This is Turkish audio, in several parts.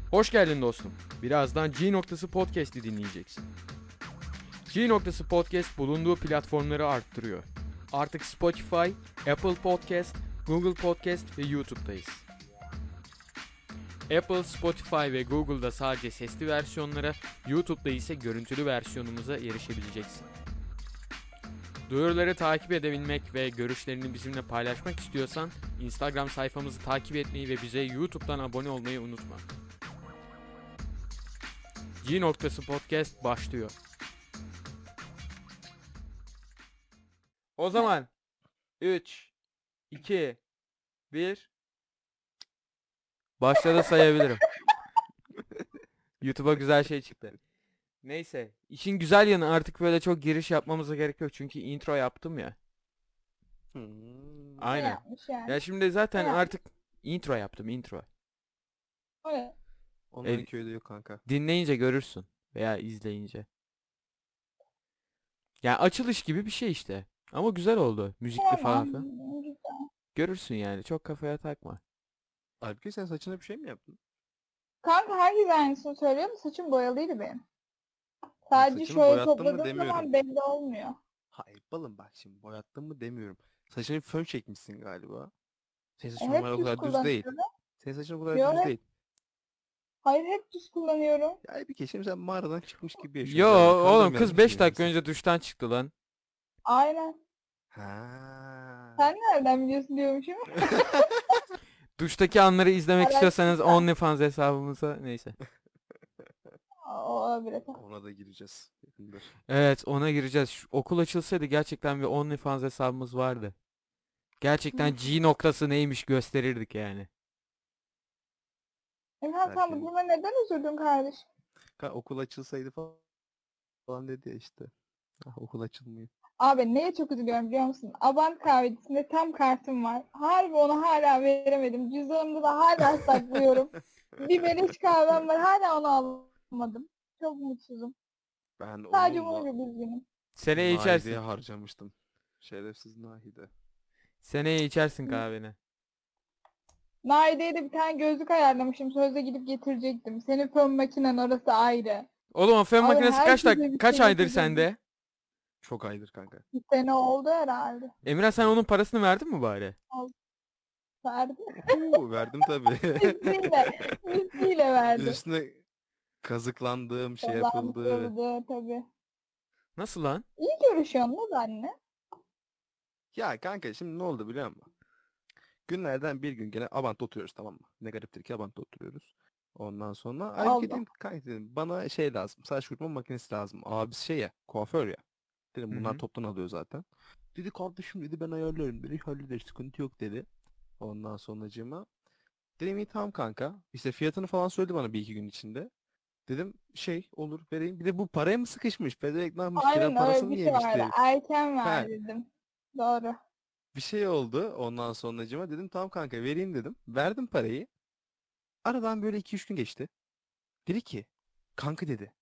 Hoş geldin dostum. Birazdan G noktası podcast'i dinleyeceksin. G noktası podcast bulunduğu platformları arttırıyor. Artık Spotify, Apple Podcast, Google Podcast ve YouTube'dayız. Apple, Spotify ve Google'da sadece sesli versiyonlara, YouTube'da ise görüntülü versiyonumuza erişebileceksin. Duyuruları takip edebilmek ve görüşlerini bizimle paylaşmak istiyorsan Instagram sayfamızı takip etmeyi ve bize YouTube'dan abone olmayı unutma. G noktası podcast başlıyor. O zaman 3, 2, 1 başladı sayabilirim. YouTube'a güzel şey çıktı. Neyse, işin güzel yanı artık böyle çok giriş yapmamıza gerek yok çünkü intro yaptım ya. Ne Aynen. yapmış yani? Ya şimdi zaten Ne yapmış? artık intro yaptım, intro. O ne? Onların köyde yok kanka. Dinleyince görürsün veya izleyince. Yani açılış gibi bir şey işte. Ama güzel oldu. Müzikli falan Tamam. filan. Güzel. Görürsün yani. Çok kafaya takma. Halbuki sen saçına bir şey mi yaptın? Kanka herkes aynısını söylüyor da saçım boyalıydı benim. Sadece Saçını şöyle boyattın mı topladığım demiyorum. zaman belli olmuyor. Hayır balım bak şimdi boyattın mı demiyorum. Saçını fön çekmişsin galiba. Senin saçın normal Hep o düz kadar düz değil. kullanıyorum. Senin saçın o kadar Yo, düz değil. hayır hep düz kullanıyorum. Ya bir kere şimdi sen mağaradan çıkmış gibi Yo yaşıyorsun galiba. oğlum Kandırmayalım kız 5 dakika birbirimizi. önce duştan çıktı lan. Aynen. Ha. Sen nereden biliyorsun diyormuşum. Duştaki anları izlemek istiyorsanız Araştırma. OnlyFans hesabımıza neyse. O olabilir. Ona da gireceğiz. Yakındır. Evet ona gireceğiz. Şu okul açılsaydı gerçekten bir OnlyFans hesabımız vardı. Gerçekten G noktası neymiş gösterirdik yani. Emrah sen bu Derken duruma neden üzüldün kardeşim? okul açılsaydı falan dedi ya işte. Ah, okul açılmıyor. Abi neye çok üzülüyorum biliyor musun? Abant kahvesinde tam kartım var. Harbi onu hala veremedim. Cüzdanımda da hala saklıyorum. Bir beleş kahvem var. Hala onu almadım. Çok mutsuzum. Ben Sadece onunla bunu çok üzgünüm. Seneye Nahide'ye içersin. harcamıştım. Şerefsiz Nahide. Seneye içersin kahveni. Naide'ye de bir tane gözlük ayarlamışım. Sözde gidip getirecektim. Senin fön makinen orası ayrı. Oğlum o fön Abi makinesi herkese bir kaç şey aydır getirecektim. sende? Çok aydır kanka. Bir sene oldu herhalde. Emirhan sen onun parasını verdin mi bari? Verdi. Verdim tabii. Misliyle verdi. Üstüne kazıklandığım şey yapıldı. Dolandırıldı tabii. Nasıl lan? İyi görüşüyorsun mu benimle? Ya kanka şimdi ne oldu biliyor musun? Günlerden bir gün gene Abant'ta oturuyoruz, tamam mı? Ne gariptir ki Abant'ta oturuyoruz. Ondan sonra Aybüke Allah. dedim kanka dedim bana şey lazım. Saç kurutma makinesi lazım. Abisi şey ya, kuaför ya. Dedim Hı bunlar hı. toptan alıyor zaten. Dedi kardeşim dedi ben ayarlarım dedi. Hallederiz, sıkıntı yok dedi. Ondan sonracığıma dedim iyi tamam kanka. İşte fiyatını falan söyledi bana bir iki gün içinde. Dedim şey olur vereyim. Bir de bu paraya mı sıkışmış? Pezevenk ne yapmış? Kira Aynen öyle parasını bir mı şey vardı. yemiştir? Erken Ha, verdim. Doğru. bir şey oldu. Ondan sonracığıma dedim tamam kanka vereyim dedim. Verdim parayı. Aradan böyle iki üç gün geçti. Dedi ki kanka dedi.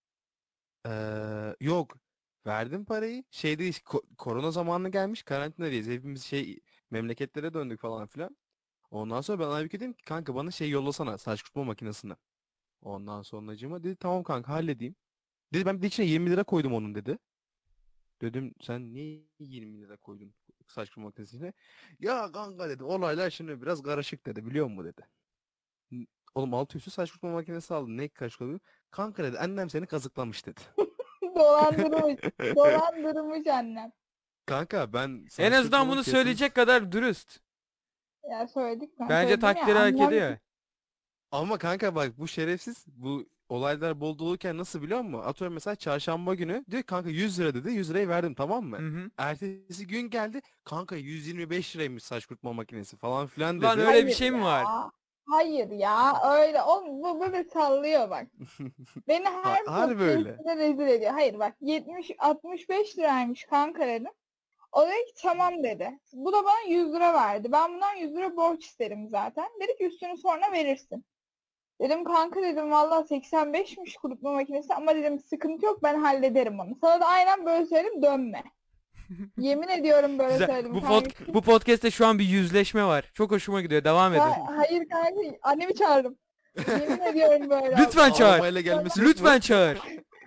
Yok. Verdim parayı. Şeyde korona zamanı gelmiş. Karantinadayız. Hepimiz şey memleketlere döndük falan filan. Ondan sonra ben Aybüke dedim ki kanka bana şey yollasana saç kurutma makinesini. Ondan sonracığıma dedi tamam kanka halledeyim. Dedi ben bir de içine 20 lira koydum onun dedi. Dedim sen niye 20 lira koydun saç kurutma makinesine? Ya kanka dedi olaylar şimdi biraz karışık dedi biliyor musun dedi. Oğlum altı üstü saç kurutma makinesi aldım. Ne karışık oluyor? Kanka dedi annem seni kazıklamış dedi. Dolandırmış. Dolandırmış annem. Kanka ben En saç kurutma azından bunu makinesini söyleyecek kadar dürüst. Ya söyledik ben Bence söyledim ya takdiri hak annem ediyor. ama kanka bak bu şerefsiz bu olaylar bol doluyken nasıl biliyor musun? Atıyorum mesela çarşamba günü diyor ki, kanka 100 lira dedi 100 lirayı verdim tamam mı? Hı hı. Ertesi gün geldi kanka 125 liraymış saç kurutma makinesi falan filan Lan dedi. öyle bir hayır şey mi var? ya. Hayır ya öyle bu böyle sallıyor bak. Beni her Harbi öyle. podcast'te rezil ediyor. Hayır bak 65 liraymış kanka dedim. O dedi ki tamam dedi. Bu da bana 100 lira verdi. Ben bundan 100 lira borç isterim zaten. Dedi ki üstünü sonra verirsin. Dedim kanka dedim valla 85'miş kurutma makinesi ama dedim sıkıntı yok ben hallederim onu. Sana da aynen böyle söyledim dönme. Yemin ediyorum böyle Güzel. söyledim kanka. Bu podcast'te şu an bir yüzleşme var. Çok hoşuma gidiyor. Devam edin. Hayır kanka annemi çağırdım. Yemin ediyorum böyle oldu. Lütfen çağır. Arabayla gelmesi yok mu? Lütfen çağır.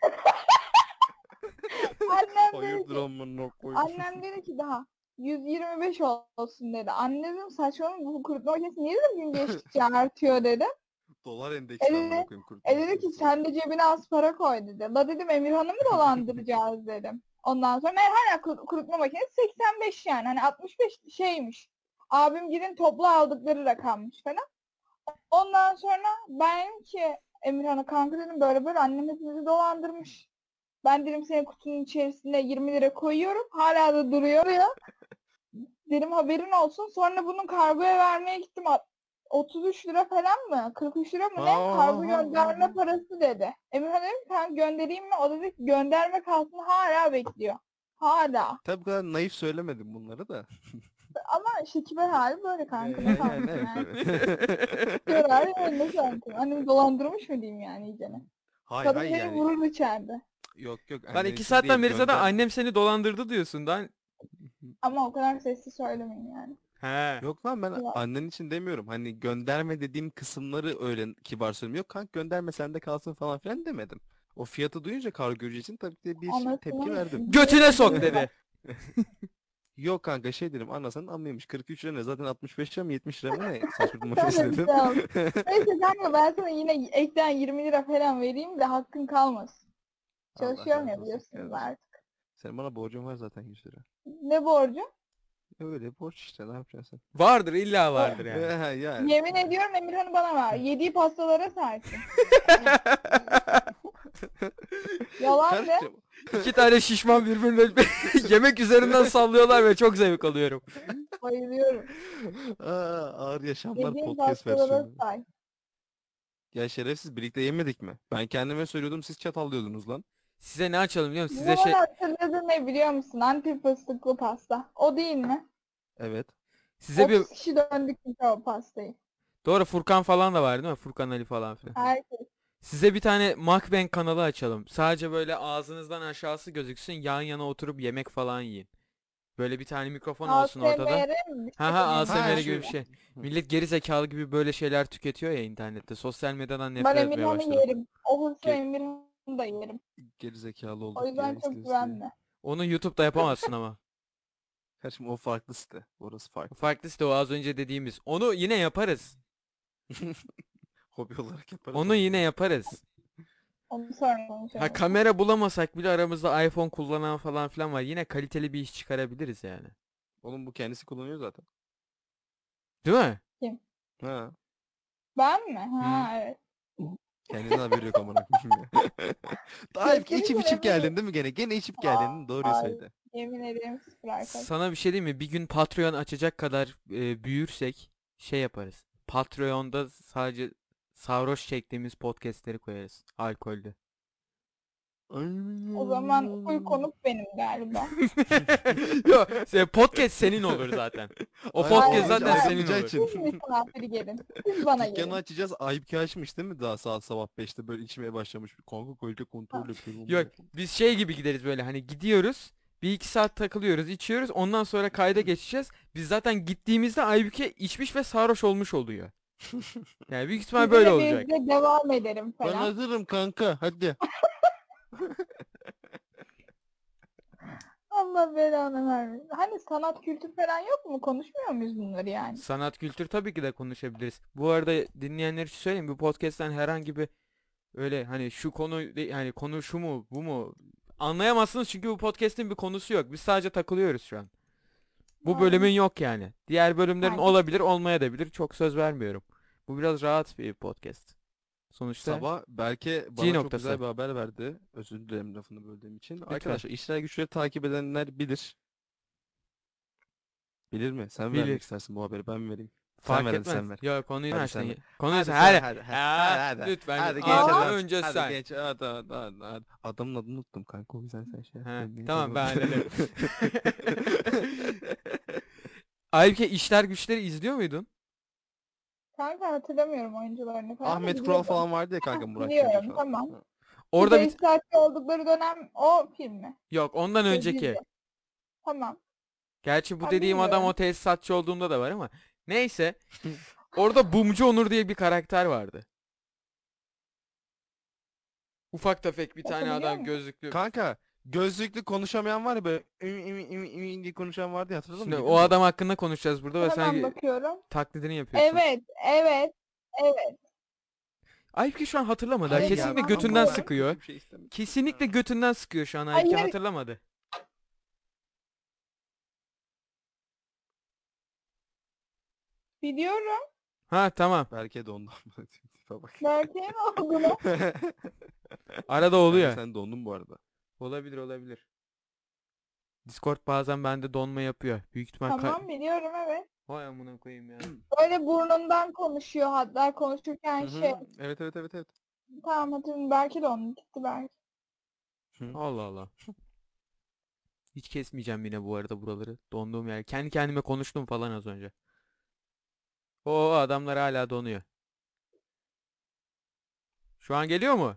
Annem dedi Hayırdır ki, amına koyayım. annem dedi ki daha 125 olsun dedi. Anne dedim saçmalama bu kurutma makinesi niye dedim gün geçtikçe artıyor dedi. Dolar endeksi amına Evet. koyayım kurutma Dedi ki makinesi. sen de cebine az para koy dedi. La dedim Emirhan'ı mı dolandıracağız dedim. Ondan sonra hala kurutma makinesi 85 yani. Hani 65 şeymiş. Abim gidin toplu aldıkları rakammış falan. Ondan sonra ben dedim ki Emirhan'a kanka dedim böyle böyle annem hepimizi dolandırmış. Ben dedim senin kutunun içerisinde 20 lira koyuyorum. Hala da duruyor ya. Dedim haberin olsun. Sonra bunun kargoya vermeye gittim. 33 lira falan mı? 43 lira mı ne? Kargo gönderme parası dedi. Emirhan dedim kanka göndereyim mi? O dedi ki gönderme kalsın hala bekliyor. Hala. Tabi bu kadar naif söylemedim bunları da. Ama işte kibar hali böyle kanka. Ne Yani sandın evet yani? evet. Kibar hali böyle ne sandın? Annemi dolandırmış mı diyeyim yani iyicene. Hayır Kadın hayır beni yani. vurur içeride. Yok Lan annen 2 için saatten değil beri zaten gönder. annem seni dolandırdı diyorsun lan. Ama o kadar sesli söylemeyin yani. He. Yok lan ben Ya, annen için demiyorum. Hani gönderme dediğim kısımları öyle kibar söylüyorum. Yok kanka gönderme sende kalsın falan filan demedim. O fiyatı duyunca kargocu için tabii ki de bir tepki anasının verdim. Götüne sok dedi. Yok kanka şey dedim anasının amıymış 43 lira ne zaten 65 lira mı 70 lira mı ne saçma makinesi Şöyle bir dedim. şey oldu. Neyse kanka ben sana yine ekten 20 lira falan vereyim de hakkın kalmasın. Allah Çalışıyorum razı ya olsun biliyorsunuz kardeşim. artık. Senin bana borcun var zaten 100 lira. Ne borcu? Öyle borç işte ne yapacaksın Vardır illa O, vardır sen? yani. Ya. yemin ediyorum Emirhan'ı bana ver. Yediği pastalara sersin. Yalan de. Kardeşim. 2 tane şişman birbirine yemek üzerinden sallıyorlar ve çok zevk alıyorum. Bayılıyorum. Ağır yaşamlar Yediğim podcast pastalara versiyonu. say. Ya şerefsiz birlikte yemedik mi? Ben kendime söylüyordum siz çatallıyordunuz lan. Size ne açalım biliyor musun? Bu Size bana hatırladığın ne biliyor musun? Antep fıstıklı pasta. O değil mi? Evet. size bir 30 kişi döndük bir o pastayı. doğru Furkan falan da var değil mi? Furkan Ali falan filan. Herkes. Size bir tane mukbang kanalı açalım. Sadece böyle ağzınızdan aşağısı gözüksün. Yan yana oturup yemek falan yiyin. Böyle bir tane mikrofon olsun ortada. ASMR mi? Bir Ha şey ha deniyor ASMR Ha gibi bir şu. internette. şey. Millet geri zekalı gibi böyle şeyler tüketiyor ya internette. Sosyal medyadan Ben nefret etmeye Emirhan'ı başladım. yerim. O hırsı Ge Emirhan'ı da yerim. geri zekalı O olduk yüzden gene çok istiyor istiyor. güvenme. Onu YouTube'da yapamazsın ama. Kardeşim o farklı site. Orası O farklı. farklı site o az önce dediğimiz. Onu yine yaparız. Hobi olarak yaparız Onu onu yine da. yaparız. Onu sonra Ha konuşalım. kamera bulamasak bile aramızda iPhone kullanan falan filan var. Yine kaliteli bir iş çıkarabiliriz yani. Oğlum bu kendisi kullanıyor zaten. Değil mi? Kim? Ha. Ben mi? Hı. Ha evet. Kendine haberi yok amına koyayım ya. Daha içip Kesinlikle içip eminim. geldin değil mi gene? Gene içip geldin değil mi? Doğruyu Ay, söyle. yemin ederim sıfır arkadaş. Sana bir şey diyeyim mi? Bir gün Patreon açacak kadar büyürsek şey yaparız. Patreon'da sadece sarhoş çektiğimiz podcastleri koyarız. Alkollü. O zaman full konuk benim galiba. Yok, podcast senin olur zaten. O Aynen, podcast Aynen, zaten aynen. senin alacağı olur. için. Siz misafiri gelin. Siz bana Dükkanı gelin. açacağız. Ayıp açmış değil mi daha saat sabah 5'te böyle içmeye başlamış. Kanka kalite kontrol yapıyorum. Yok, biz şey gibi gideriz böyle hani gidiyoruz. Bir iki saat takılıyoruz, içiyoruz. Ondan sonra kayda geçeceğiz. Biz zaten gittiğimizde Aybüke içmiş ve sarhoş olmuş oluyor. Yani büyük ihtimal böyle Sizinle olacak. birlikte devam ederim Ben falan. hazırım kanka hadi. Allah belanı vermesin. Hani sanat kültür falan yok mu? Konuşmuyor muyuz bunları yani? Sanat kültür tabii ki de konuşabiliriz. Bu arada dinleyenler için söyleyeyim. Bu podcast'ten herhangi bir öyle hani şu konu hani konu şu mu bu mu anlayamazsınız çünkü bu podcast'in bir konusu yok. Biz sadece takılıyoruz şu an. Bu bölümün Aynen. yok yani. Diğer bölümlerin Aynen. olabilir olmayabilir. Çok söz vermiyorum. Bu biraz rahat bir podcast. Sonuçta Sabah Berke G bana çok noktası. güzel bir haber verdi. Özür dilerim lafını böldüğüm için. Lütfen. Arkadaşlar işler güçleri takip edenler bilir. Bilir mi? Sen Bilir. vermek istersin bu haberi ben mi vereyim? Sen Fark ver hadi etmez. sen ver. Ya konuyu Hadi açtın. sen ver. Konuyu Hadi hadi. sen hadi. Ya, Hadi. lütfen. Hadi Aa, genç adam. önce Hadi sen. genç. Hadi. Adamın adını unuttum kanka o yüzden sen şey He, yap. Genç tamam adam. ben hallederim. Aybüke işler güçleri izliyor muydun? Kanka hatırlamıyorum oyuncularını falan. Ahmet Kural Biliyordum. falan vardı ya kanka Murat Biliyorum Cemcir falan. tamam. Ha. Orada bir tesisatçı oldukları dönem o film mi? yok ondan Şey, önceki. dizi. Tamam. Gerçi bu Ben dediğim adam o bilmiyorum. tesisatçı olduğunda da var ama neyse. Orada Bumcu Onur diye bir karakter vardı. Ufak tefek bir tane Yapabiliyor adam musun? gözlüklü. Kanka gözlüklü konuşamayan var ya böyle imi diye konuşan vardı ya, hatırladın mı? Şimdi Bildin o mi adam onu? hakkında konuşacağız burada ve Hemen sen bakıyorum. taklidini yapıyorsun. Evet, evet, evet. Aybüke şu an hatırlamadı. Hayır ya, Kesinlikle ben götünden bakıyorum. sıkıyor. kötü bir şey istemedim. Kesinlikle Ha. götünden sıkıyor şu an Aybüke, Hayır. hatırlamadı. Biliyorum. Ha tamam. Berke de ondan. Tipe bak. Berke'nin olduğunu. Arada Kanka oluyor. sen dondun bu arada. Olabilir olabilir. Discord bazen bende donma yapıyor. Büyük ihtimal Tamam biliyorum evet. Vay amına koyayım ya. Böyle burnundan konuşuyor hatta konuşurken Hı hı. şey. Evet evet evet evet. Tamam hatırladım. Berke de onu gitti belki. Hı. Allah Allah. Hiç kesmeyeceğim yine bu arada buraları. Donduğum yer. Kendi kendime konuştum falan az önce. O adamlar hala donuyor. Şu an geliyor mu?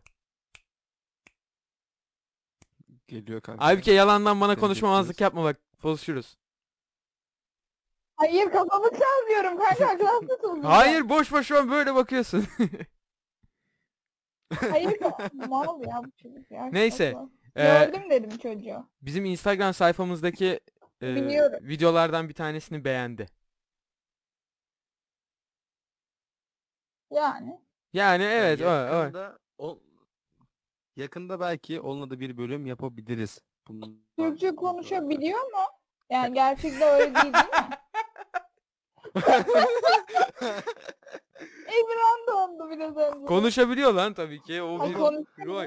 Geliyor kanka. Aybüke yalandan bana Seni konuşmamazlık bekliyoruz. yapma bak. Buluşuruz. Hayır kafamı çalmıyorum kanka akıl tutuldu. Hayır boş boş şu an böyle bakıyorsun. Hayır mal ya bu çocuk ya. Neyse. Çok mal. Ee, Gördüm dedim çocuğu. bizim Instagram sayfamızdaki Biliyorum. videolardan bir tanesini beğendi. Yani. Yani evet o. Yakında belki onunla da bir bölüm yapabiliriz. Bunun Türkçe konuşabiliyor mu? Yani gerçekten öyle değil değil mi? Emirhan dondu biraz önce. Konuşabiliyor lan tabii ki. O O bir konuşuyor rol. değil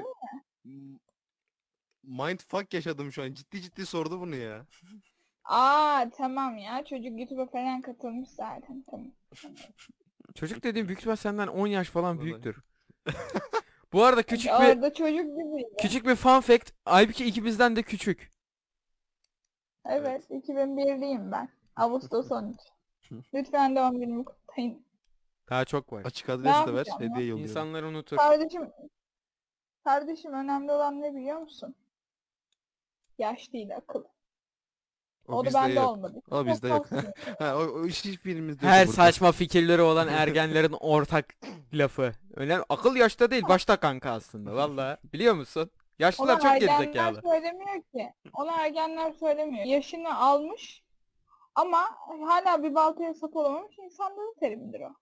Mindfuck yaşadım şu an. Ciddi ciddi sordu bunu ya. Aa tamam ya çocuk YouTube'a falan katılmış zaten tamam. Çocuk dediğim büyük ihtimal senden 10 yaş falan Vallahi. büyüktür. Bu arada küçük bir Orada çocuk gibiydi. küçük bir fun fact. Aybüke ikimizden de küçük. Evet 2001'liyim ben. Ağustos 13. Lütfen doğum günümü kutlayın. Daha çok var. Açık adres de ver. yapacağım ya? Hediye yolluyorum. İnsanlar unutur. Kardeşim önemli olan ne biliyor musun? Yaş değil akıl. O da bizde bende yok. olmadı. O bizde yok. Çok Ha, o iş hiçbirimizde yok Her burada. saçma fikirleri olan ergenlerin ortak lafı. Öyle akıl yaşta değil, başta kanka aslında. Vallahi biliyor musun? Yaşlılar Ona çok ergenler gerizekalı. söylemiyor ki. Ona ergenler söylemiyor. Yaşını almış ama hala bir baltaya sap olamamış insanların terimidir o.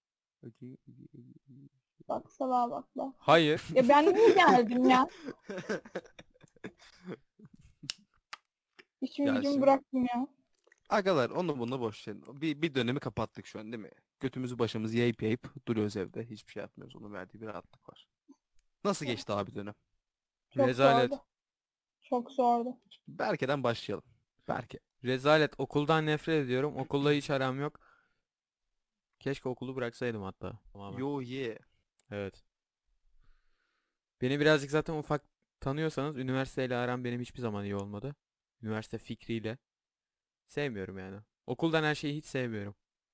Bak salağa bak bak. Hayır. Ya ben niye geldim ya? İşimi Ya gücümü şimdi- bıraktım ya. Agalar onu bunu boş verin. Bir dönemi kapattık şu an değil mi? Götümüzü başımızı yayıp duruyoruz evde. Hiçbir şey yapmıyoruz. Onun verdiği bir rahatlık var. Nasıl geçti abi dönem? Çok Rezalet. zordu. Çok zordu. Berke'den başlayalım. Berke. Rezalet. Okuldan nefret ediyorum. Okulla hiç aram yok. Keşke okulu bıraksaydım hatta. Tamamen. Yo ye. Evet. Beni birazcık zaten ufak tanıyorsanız üniversiteyle aram benim hiçbir zaman iyi olmadı. Üniversite fikriyle. Sevmiyorum yani. Okuldan her şeyi hiç sevmiyorum.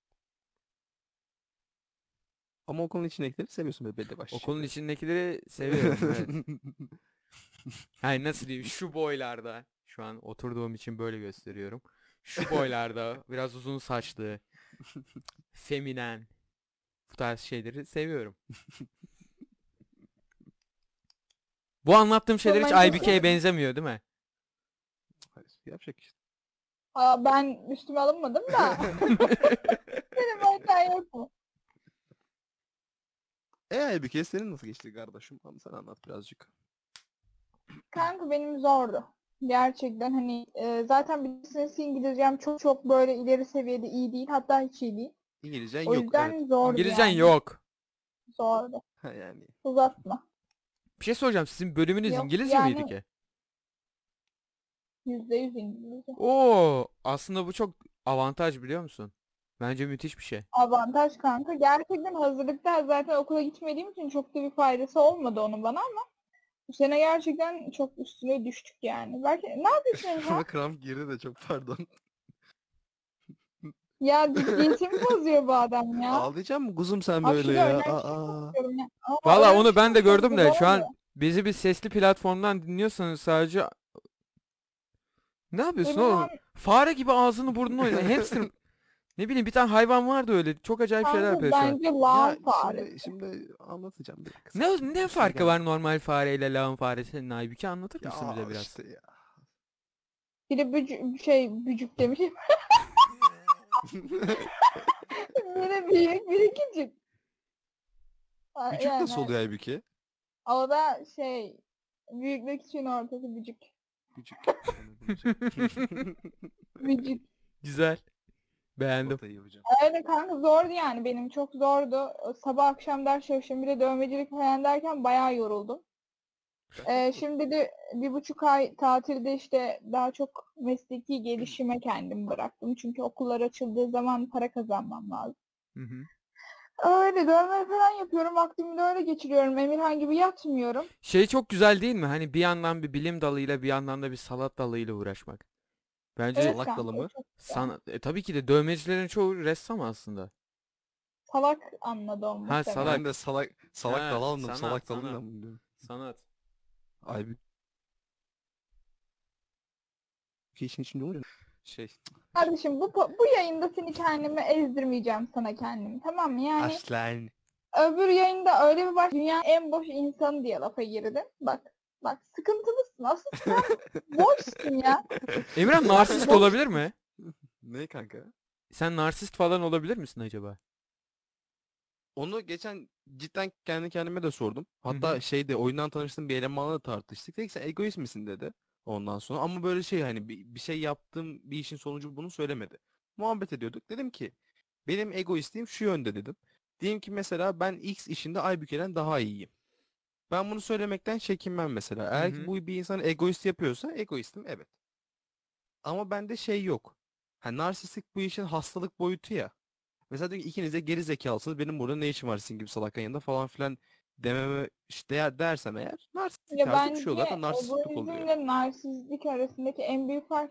Ama okulun içindekileri seviyorsun be belli başlı Okulun şeyleri. içindekileri seviyorum. Evet. Yani nasıl diyeyim şu boylarda. Şu an oturduğum için böyle gösteriyorum. Şu boylarda biraz uzun saçlı. Feminen. Bu tarz şeyleri seviyorum. Bu anlattığım şeyler hiç Romantik Aybüke'ye mi? benzemiyor değil mi? Hayır, yapacak işte. Aa, ben üstüme alınmadım da. Benim hatan yok mu? Bir kez senin nasıl geçti kardeşim? Tamam, sen anlat birazcık. Kanka benim zordu. Gerçekten hani zaten bilirsiniz İngilizcem çok çok böyle ileri seviyede iyi değil. Hatta hiç iyi değil. İngilizcen O yok. yüzden Evet. zordu İngilizcen yani. yok. Zordu. Ha, yani. Uzatma. Bir şey soracağım. Sizin bölümünüz Yok, İngilizce yani- miydi ki? %100 İngilizce. Oo, aslında bu çok avantaj biliyor musun? Bence müthiş bir şey. Avantaj kanka. Gerçekten hazırlıkta zaten okula gitmediğim için çok da bir faydası olmadı onun bana ama bu sene gerçekten çok üstüne düştük yani. Belki ne yapıyorsun ya? Ama kramp girdi de çok pardon. Ya ciddiyetimi bozuyor bu adam ya. Ağlayacak mı kuzum sen Abi böyle şurada ya? önemli bir şey Aa. konuşuyorum ya. Aa, Valla öyle bir onu şey ben de gördüm konuşuyorum, de şu ne an oluyor? bizi bir sesli platformdan dinliyorsanız sadece ne yapıyorsun oğlum? Emirhan Fare gibi ağzını burnunu oynuyor. Hamster Ne bileyim bir tane hayvan vardı öyle. Çok acayip şeyler Kanka yapıyor şu an. bence lağım Ya faresi. şimdi anlatacağım bir dakika. Ne Üstüne farkı gelme. var normal fareyle lağım faresi? Aybüke anlatır mısın Ya bize biraz? işte ya. Biri bücük demişim. Biri büyük, biri küçük. Küçük nasıl Yani oluyor halbuki? o da büyükle küçüğün ortası bücük. Küçük. Anladım. Bücük. Güzel. O Beğendim. da iyi hocam. Öyle kanka zordu yani benim çok zordu. Sabah akşam ders çalışıyorum. Bir de dövmecilik falan derken bayağı yoruldum. Şimdi de 1,5 ay tatilde işte daha çok mesleki gelişime kendimi bıraktım. Çünkü okullar açıldığı zaman para kazanmam lazım. Hı hı. Öyle dövme falan yapıyorum. Vaktimi de öyle geçiriyorum. Emirhan gibi yatmıyorum. Şey çok güzel değil mi? Hani bir yandan bir bilim dalıyla bir yandan da bir sanat dalıyla uğraşmak. Bence Evet Salak dalı kanka mı? çok güzel. sanat tabii ki de dövmecilerin çoğu ressam aslında. Salak anladı o Ha muhtemelen. Ben salak. de salak Ha dal anladım. sanat Salak sanat. dalıyla mı diyorum. Sanat. Halbuki işin içinde olunca şey Kardeşim bu yayında seni kendime ezdirmeyeceğim sana kendimi. Tamam mı? Yani aslan. öbür yayında öyle bir dünyanın en boş insanı diye lafa girdin. Bak sıkıntılısın. Asıl sen boşsun ya. Emirhan Sen narsist boş. olabilir mi? Ne kanka? Sen narsist falan olabilir misin acaba? Onu geçen cidden kendi kendime de sordum. Hı hı. Hatta oyundan tanıştığım bir elemanla da tartıştık. Dedi ki sen egoist misin dedi. Ondan sonra ama böyle hani bir şey yaptığım bir işin sonucu bunu söylemedi. Muhabbet ediyorduk. Dedim ki benim egoistliğim şu yönde dedim. Diyeyim ki mesela ben X işinde Aybüke'den daha iyiyim. Ben bunu söylemekten çekinmem mesela. Hı Eğer ki hı. bu bir insanı egoist yapıyorsa egoistim evet. Ama bende şey yok. Ha, narsistik bu işin hastalık boyutu ya. Mesela diyor ki ikiniz de geri zekalısınız. Benim burada ne işim var sizin gibi salakların yanında falan filan dememe dersem eğer narsistik Ya tarzı bir şey oluyor. bence Zaten narsistik oluyor. egoizmle narsizlik arasındaki en büyük fark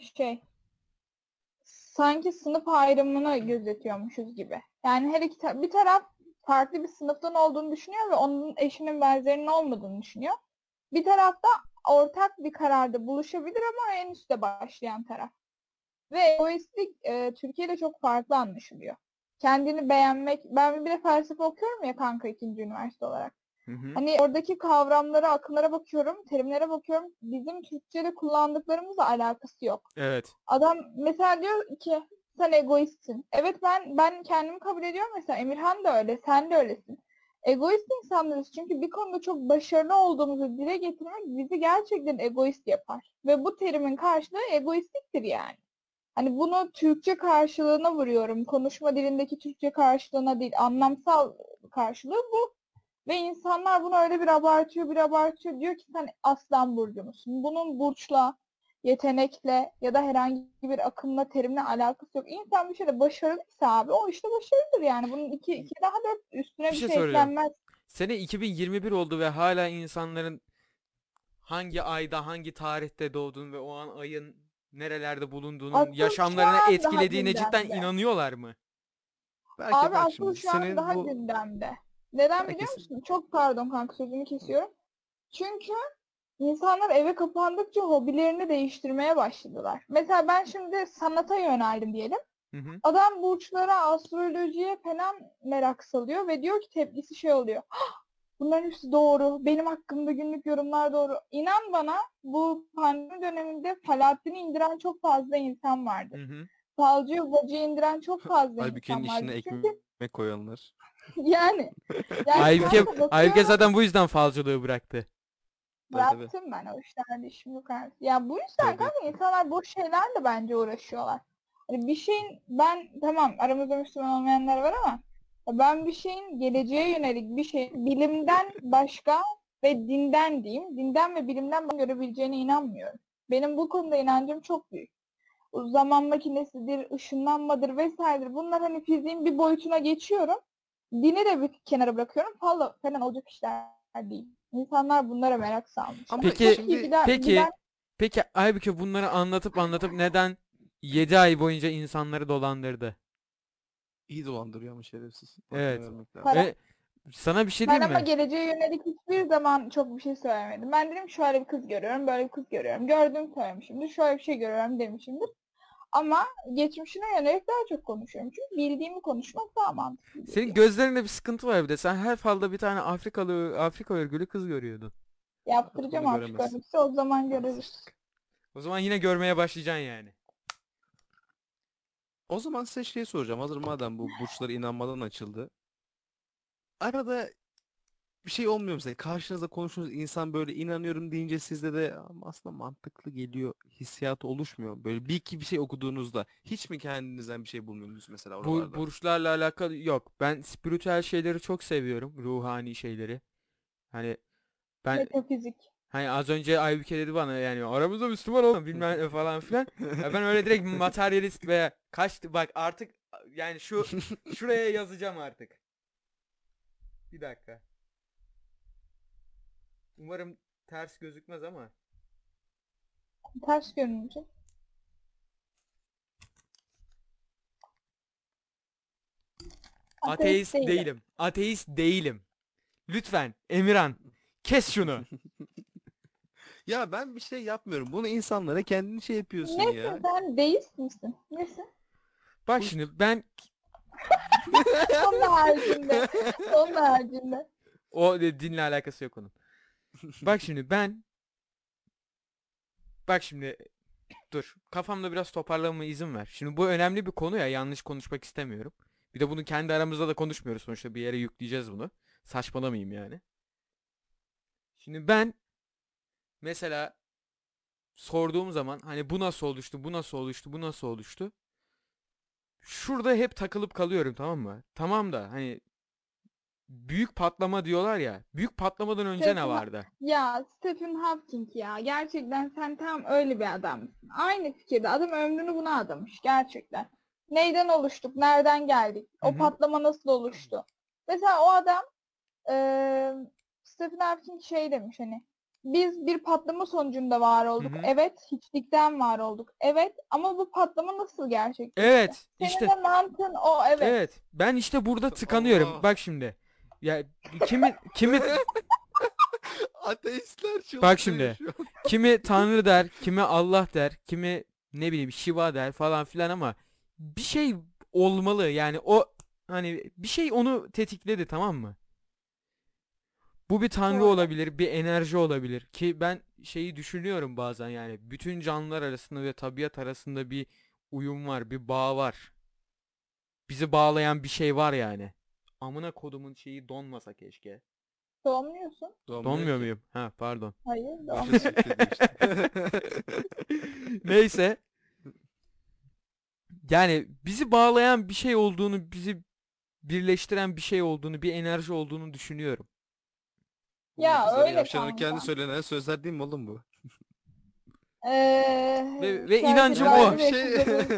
sanki sınıf ayrımını gözetiyormuşuz gibi. Yani her bir taraf farklı bir sınıftan olduğunu düşünüyor ve onun eşinin benzerinin olmadığını düşünüyor. Bir tarafta ortak bir kararda buluşabilir ama en üstte başlayan taraf. Ve egoistlik Türkiye'de çok farklı anlaşılıyor. Kendini beğenmek, ben bir de felsefe okuyorum ya kanka ikinci üniversite olarak. Hı hı. Hani oradaki kavramlara, akımlara bakıyorum, terimlere bakıyorum. Bizim Türkçe'de kullandıklarımızla alakası yok. Evet. Adam mesela diyor ki sen egoistsin. Evet ben kendimi kabul ediyorum mesela. Emirhan da öyle, sen de öylesin. Egoist insanlarız çünkü bir konuda çok başarılı olduğumuzu dile getirmek bizi gerçekten egoist yapar. Ve bu terimin karşılığı egoistliktir yani. Hani bunu Türkçe karşılığına vuruyorum. Konuşma dilindeki Türkçe karşılığına değil, anlamsal karşılığı bu. Ve insanlar bunu öyle bir abartıyor, bir abartıyor. Diyor ki sen Aslan burcu musun? Bunun burçla, yetenekle ya da herhangi bir akımla, terimle alakası yok. İnsan bir şeyde başarılıysa abi o işte başarılıdır yani. Bunun iki daha dört üstüne Bir bir şey şey soracağım. eklenmez. Sene 2021 oldu ve hala insanların hangi ayda, hangi tarihte doğduğunu ve o an ayın nerelerde bulunduğunun Asıl şu yaşamlarına an daha etkilediğine cidden gündemde. inanıyorlar mı? Belki Abi bak asıl şimdi şu an senin daha bu gündemde. Neden belki biliyor musun? Çok pardon kanka sözünü kesiyorum. Çünkü insanlar eve kapandıkça hobilerini değiştirmeye başladılar. Mesela ben şimdi sanata yöneldim diyelim. Hı hı. Adam burçlara, astrolojiye falan merak salıyor ve diyor ki tepkisi şey oluyor. Bunların hepsi doğru. Benim hakkımda günlük yorumlar doğru. İnan bana bu pandemi döneminde Alaaddin'i indiren çok fazla insan Hı vardır. hı. Falcıyı, hocayı indiren çok fazla Aybüke'nin insan işine vardır. Çünkü ekmek koyanlar. yani Aybüke, kanka Aybüke bakıyorum zaten bu yüzden falcılığı bıraktı. Tabii. bıraktım ben o işlerde işim yok artık. Ya bu yüzden Tövbe kanka ettim. insanlar boş şeylerle bence uğraşıyorlar. Hani bir şeyin ben tamam aramızda Müslüman olmayanlar var ama ben bir şeyin geleceğe yönelik bir şey bilimden başka ve dinden diyeyim. Dinden ve bilimden ben görebileceğine inanmıyorum. Benim bu konuda inancım çok büyük. O zaman makinesidir, ışınlanmadır vesairedir. Bunlar hani fiziğin bir boyutuna geçiyorum. Dini de bir kenara bırakıyorum. Falan olacak işler değil. İnsanlar bunlara merak salmışlar. Ama Peki, Çok iyi şimdi peki, giden peki Aybüke bunları anlatıp neden 7 ay boyunca insanları dolandırdı? iyi dolandırıyor ama şerefsiz. Hakkını Evet. vermek lazım. para. Ve sana bir şey Ben diyeyim ama mi? geleceğe yönelik hiçbir zaman çok bir şey söylemedim. Ben dedim şöyle bir kız görüyorum, böyle bir kız görüyorum. Gördüğümü söylemişimdir. Şöyle bir şey görüyorum demişimdir. Ama geçmişine yönelik daha çok konuşuyorum. Çünkü bildiğimi konuşmak daha mantıklı Senin geliyor. gözlerinde bir sıkıntı var bir de. Sen her falda bir tane Afrika örgülü kız görüyordun. Artık Yaptıracağım onu Afrika göremezsin. örgüsü, o zaman görürüz. Sıçtık. O zaman yine görmeye başlayacaksın yani. O zaman size şey soracağım. Hazır madem bu burçlara inanmadan açıldı. Arada bir şey olmuyor mu size? Karşınızda konuştuğunuz insan böyle inanıyorum deyince sizde de "Ama aslında mantıklı geliyor" hissiyatı oluşmuyor mu? Böyle bir iki bir şey okuduğunuzda hiç mi kendinizden bir şey bulmuyorsunuz mesela Bu oralarda? burçlarla alakalı yok. Ben spiritüel şeyleri çok seviyorum. Ruhani şeyleri. Hani ben Metafizik. hani az önce Aybüke dedi bana yani aramızda Müslüman olma bilmem ne falan filan. Ya ben öyle direkt materyalist veya kaçtı bak artık yani şuraya yazacağım artık. Bir dakika. Umarım ters gözükmez ama. Ters görünce. Ateist Ateist değilim. değilim. Ateist değilim. Lütfen Emirhan kes şunu. Ya ben bir şey yapmıyorum. Bunu insanlara kendin şey yapıyorsun Nesin ya. sen? Deist misin? Nesin? Bak Bu şimdi ben Onun haricinde. Onun haricinde. o dinle alakası yok onun. Bak şimdi bak şimdi dur. Kafamda biraz toparlamama izin ver. Şimdi bu önemli bir konu ya yanlış konuşmak istemiyorum. Bir de bunu kendi aramızda da konuşmuyoruz sonuçta bir yere yükleyeceğiz bunu. Saçmalamayayım yani. Şimdi ben mesela sorduğum zaman hani bu nasıl oluştu, bu nasıl oluştu, bu nasıl oluştu? Şurada hep takılıp kalıyorum tamam mı? Tamam da hani büyük patlama diyorlar ya. Büyük patlamadan önce ne Stephen, vardı? ya Stephen Hawking ya. Gerçekten sen tam öyle bir adamsın. Aynı fikirde. Adam ömrünü buna adamış. Gerçekten. Neyden oluştuk? Nereden geldik? Hı O hı. patlama nasıl oluştu? Mesela o adam Stephen Hawking şey demiş hani biz bir patlama sonucunda var Hı olduk. hı. Evet, hiçlikten var olduk. Evet, ama bu patlama nasıl gerçekleşti? Evet, Senin işte de mantığın o, evet. evet. Ben işte burada tıkanıyorum. Allah. Bak şimdi. Ya kimi Ateistler bak çıldırıyor şimdi. şu an. Kimi Tanrı der, kimi Allah der, kimi ne bileyim Shiva der falan filan ama bir şey olmalı. Yani o hani bir şey onu tetikledi tamam mı? Bu bir tanrı Şöyle. olabilir, bir enerji olabilir ki ben şeyi düşünüyorum bazen yani bütün canlılar arasında ve tabiat arasında bir uyum var, bir bağ var. Bizi bağlayan bir şey var yani. Amına kodumun şeyi donmasa keşke. Doğmuyorsun. Donmuyor Donmuyor ki. muyum? Ha pardon. Hayır, Başa doğmuyorsun. sürükledi işte. Neyse. Yani bizi bağlayan bir şey olduğunu, bizi birleştiren bir şey olduğunu, bir enerji olduğunu düşünüyorum. Bu ne Ya kızlara öyle yavşanın kanka. kendi söylenen sözler değil mi oğlum bu? Ve inancım Yani o. Şerbetler bir ve şey... kızılır.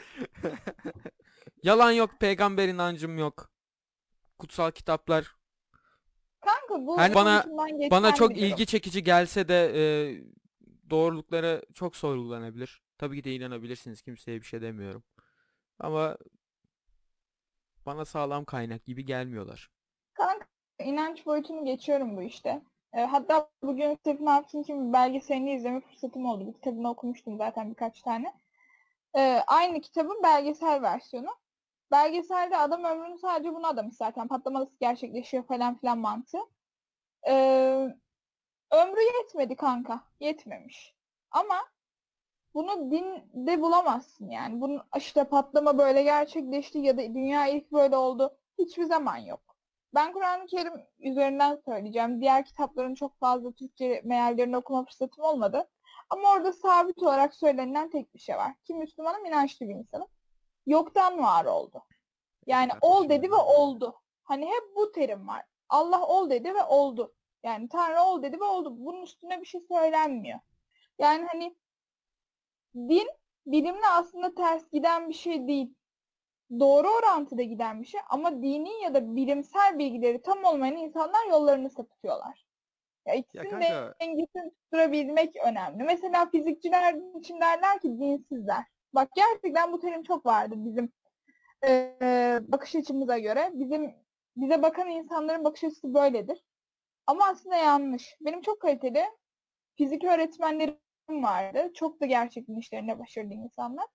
Yalan yok, peygamber inancım yok. Kutsal kitaplar. Kanka bu Hani inancından bana geçen çok bir durum. ilgi çekici gelse de doğrulukları çok sorgulanabilir. Tabii ki de inanabilirsiniz. Kimseye bir şey demiyorum. Ama bana sağlam kaynak gibi gelmiyorlar. Kanka inanç boyutunu geçiyorum bu işte. Hatta bugün Stephen Hawking'in bir belgeselini izleme fırsatım oldu. Bir kitabını okumuştum zaten birkaç tane. Aynı kitabın belgesel versiyonu. Belgeselde adam ömrünü sadece buna adamış zaten. Patlama nasıl gerçekleşiyor falan filan mantığı. Ee, Ömrü yetmedi kanka. Yetmemiş. Ama bunu dinde bulamazsın yani. Bunun işte patlama böyle gerçekleşti ya da dünya ilk böyle oldu. Hiçbir zaman yok. Ben Kur'an-ı Kerim üzerinden söyleyeceğim. Diğer kitapların çok fazla Türkçe meallerini okuma fırsatım olmadı. Ama orada sabit olarak söylenilen tek bir şey var. Ki Müslümanım, inançlı bir insanım. Yoktan var oldu. Yani ol Kardeşim dedi ve benim ya. oldu. Hani hep bu terim var. Allah ol dedi ve oldu. Yani Tanrı ol dedi ve oldu. Bunun üstüne bir şey söylenmiyor. Yani hani din bilimle aslında ters giden bir şey değil. Doğru orantıda giden bir şey ama dini ya da bilimsel bilgileri tam olmayan insanlar yollarını sapıtıyorlar. Ya Ya ikisinin kanka dengesini tutturabilmek önemli. Mesela fizikçiler için derler ki dinsizler. Bak gerçekten bu terim çok vardı bizim bakış açımıza göre. Bize bakan insanların bakış açısı böyledir. Ama aslında yanlış. Benim çok kaliteli fizik öğretmenlerim vardı. Çok da gerçekten işlerinde başarılı insanlar.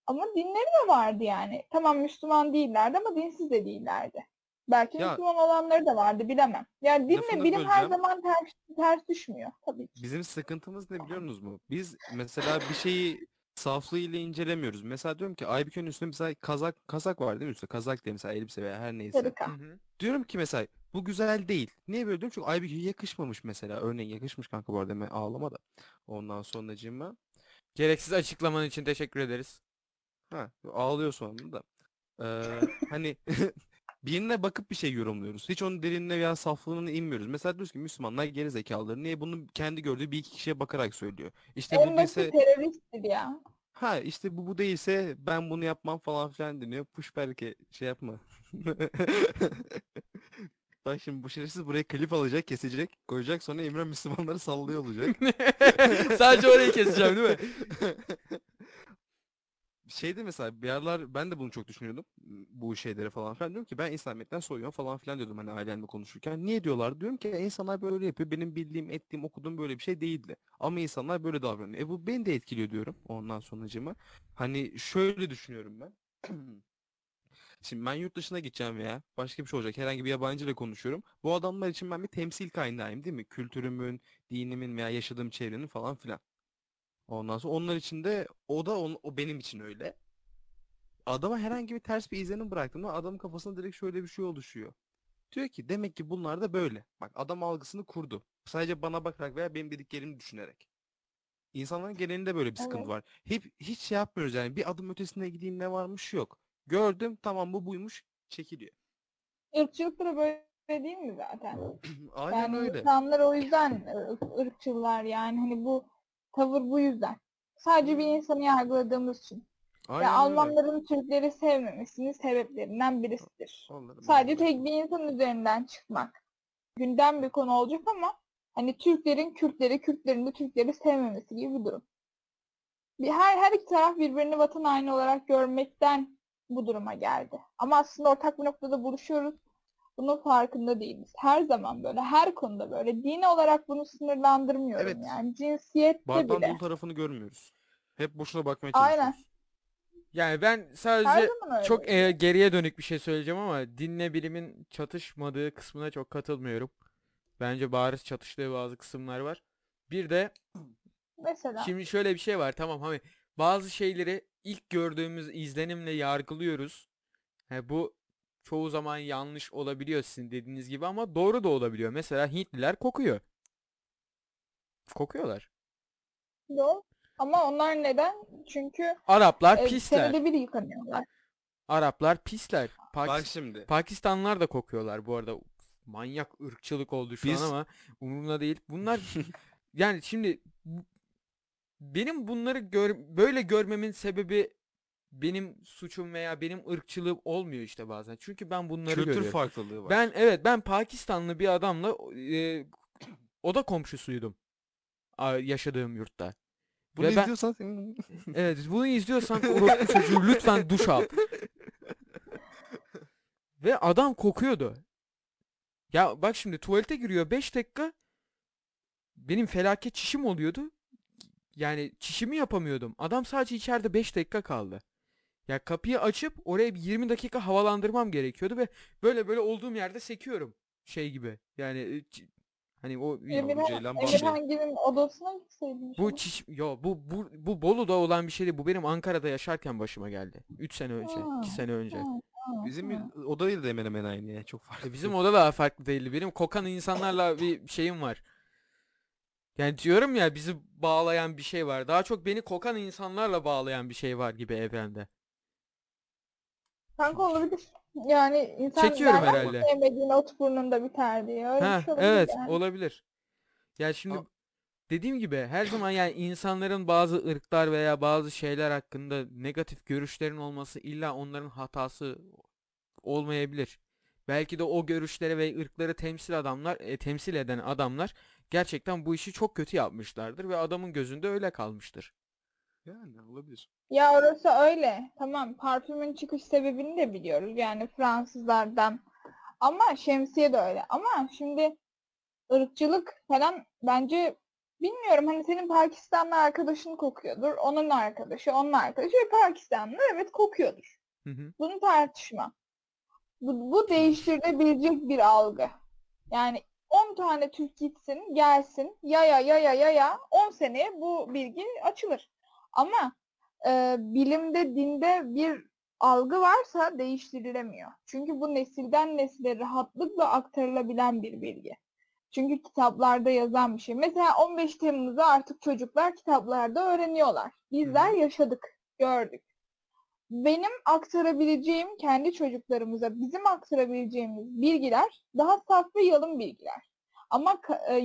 Ama dinleri de vardı yani. Tamam Müslüman değillerdi ama dinsiz de değillerdi. Belki Ya Müslüman olanları da vardı bilemem. Yani dinle lafını bilim her böleceğim. zaman ters düşmüyor tabii ki. Bizim sıkıntımız ne biliyor musunuz mu? Biz mesela bir şeyi saflığıyla incelemiyoruz. Mesela diyorum ki Aybüke'nin üstünde mesela kazak var değil mi üstünde? Kazak diye mesela elbise veya her neyse. Hı Sarıka. hı. Diyorum ki mesela bu güzel değil. Niye böyle diyorum? Çünkü Aybüke'ye yakışmamış mesela. Örneğin yakışmış kanka bu arada hemen ağlama da. Ondan sonracığıma. Gereksiz açıklaman için teşekkür ederiz. Ha ağlıyor sonunda da. Hani birine bakıp bir şey yorumluyoruz. Hiç onun derinine veya saflığına inmiyoruz. Mesela diyoruz ki Müslümanlar geri zekalıdır. Niye? Bunu kendi gördüğü bir iki kişiye bakarak söylüyor. İşte En bu basit değilse teröristtir ya. ha işte bu değilse ben bunu yapmam falan filan deniyor. Push belki şey yapma. Bak şimdi bu şerefsiz buraya klip alacak, kesecek, koyacak sonra İmran Müslümanları sallıyor olacak. Sadece orayı keseceğim değil mi? Şeyde mesela bir aralar ben de bunu çok düşünüyordum. Bu şeylere falan filan diyorum ki ben İslamiyet'ten soyuyorum falan filan diyordum hani ailemle konuşurken. Niye diyorlar? Diyorum ki insanlar böyle yapıyor. Benim bildiğim, ettiğim, okuduğum böyle bir şey değildi. Ama insanlar böyle davranıyor. Bu beni de etkiliyor diyorum ondan sonracığıma. Hani şöyle düşünüyorum ben. Şimdi ben yurt dışına gideceğim veya başka bir şey olacak. Herhangi bir yabancı ile konuşuyorum. Bu adamlar için ben bir temsil kaynağıyım değil mi? Kültürümün, dinimin veya yaşadığım çevrenin falan filan. Ondan sonra onlar için de o benim için öyle. Adama herhangi bir ters bir izlenim bıraktığımda adamın kafasında direkt şöyle bir şey oluşuyor. Diyor ki demek ki bunlar da böyle. Bak adam algısını kurdu. Sadece bana bakarak veya benim dediklerimi düşünerek. İnsanların genelinde böyle bir sıkıntı Evet. var. Hiç şey yapmıyoruz yani bir adım ötesine gideyim ne varmış yok. Gördüm tamam bu buymuş çekiliyor. Irkçılık da böyle değil mi zaten? Aynen Yani öyle. insanlar o yüzden ırkçılar yani hani bu tavır bu yüzden. Sadece bir Hı, insanı yargıladığımız için. Ya aynen öyle. Almanların Türkleri sevmemesinin sebeplerinden birisidir. Onların Sadece bunları. tek bir insan üzerinden çıkmak. Gündem bir konu olacak ama hani Türklerin Kürtleri, Kürtlerin de Türkleri sevmemesi gibi bir durum. Her iki taraf birbirini vatan haini olarak görmekten bu duruma geldi. Ama aslında ortak bir noktada buluşuyoruz. Bunun farkında değiliz. Her zaman böyle, her konuda böyle. Din olarak bunu sınırlandırmıyorum Evet. yani. Cinsiyette Bardağın bile. dolu tarafını görmüyoruz. Hep boşuna bakmaya Aynen. çalışıyoruz. Yani ben Her sadece zaman çok öyleydi. geriye dönük bir şey söyleyeceğim ama dinle bilimin çatışmadığı kısmına çok katılmıyorum. Bence bariz çatıştığı bazı kısımlar var. Bir de Mesela. şimdi şöyle bir şey var, tamam, hani bazı şeyleri ilk gördüğümüz izlenimle yargılıyoruz. Bu çoğu zaman yanlış olabiliyor sizin dediğiniz gibi ama doğru da olabiliyor. Mesela Hintliler kokuyor. Kokuyorlar. Doğru. Ama onlar neden? Çünkü Araplar pisler. senede bir yıkanıyorlar. Araplar pisler. Bak şimdi. Pakistanlılar da kokuyorlar bu arada. Uf, manyak ırkçılık oldu şu an Biz ama umurumda değil. Bunlar yani şimdi benim bunları böyle görmemin sebebi benim suçum veya benim ırkçılığım olmuyor işte bazen. Çünkü ben bunları kültür görüyorum. farklılığı Ben var. evet ben Pakistanlı bir adamla oda komşusuydum yaşadığım yurtta. Bunu Ve ben izliyorsan evet bunu izliyorsan orospu çocuğu lütfen duş al. Ve adam kokuyordu. Ya bak şimdi tuvalete giriyor 5 dakika benim felaket çişim oluyordu. Yani çişimi yapamıyordum. Adam sadece içeride 5 dakika kaldı. Ya kapıyı açıp oraya bir 20 dakika havalandırmam gerekiyordu ve böyle böyle olduğum yerde sekiyorum. Şey gibi. Yani hani o Yavru Emirhan, Ceylan çi- Bambi. Emirhan'ın odasına gitseydin bu şöyle. çiş yo bu Bolu'da olan bir şey değil. Bu benim Ankara'da yaşarken başıma geldi. 3 sene Ha, önce, 2 sene önce. ha, ha, Bizim ha. odayla da hemen hemen aynı ya. Çok farklı Bizim değil. oda da farklı değildi. Benim kokan insanlarla bir şeyim var. Yani diyorum ya bizi bağlayan bir şey var. Daha çok beni kokan insanlarla bağlayan bir şey var gibi evrende. Kanka olabilir. Yani insan Çekiyorum derler Ama herhalde. ya sevmediğin ot burnunda biter diye. Öyle bir Ha şey olabilir evet yani. olabilir. Ya şimdi a- dediğim gibi her zaman yani insanların bazı ırklar veya bazı şeyler hakkında negatif görüşlerin olması illa onların hatası olmayabilir. Belki de o görüşleri ve ırkları temsil eden adamlar gerçekten bu işi çok kötü yapmışlardır ve adamın gözünde öyle kalmıştır. yani olabilir. Ya orası öyle. Tamam parfümün çıkış sebebini de biliyoruz. Yani Fransızlardan. Ama şemsiye de öyle. Ama şimdi ırkçılık falan bence bilmiyorum hani senin Pakistanlı arkadaşın kokuyordur. Onun arkadaşı, onun arkadaşı ve Pakistanlı evet kokuyordur. Hı hı. Bunu tartışma. Bu değiştirilebilecek bir algı. Yani 10 tane Türk gitsin, gelsin, yaya 10 seneye bu bilgi açılır. Ama bilimde, dinde bir algı varsa değiştirilemiyor. Çünkü bu nesilden nesile rahatlıkla aktarılabilen bir bilgi. Çünkü kitaplarda yazan bir şey. Mesela 15 Temmuz'u artık çocuklar kitaplarda öğreniyorlar. Bizler yaşadık, gördük. Benim aktarabileceğim kendi çocuklarımıza bizim aktarabileceğimiz bilgiler daha saf ve yalın bilgiler. Ama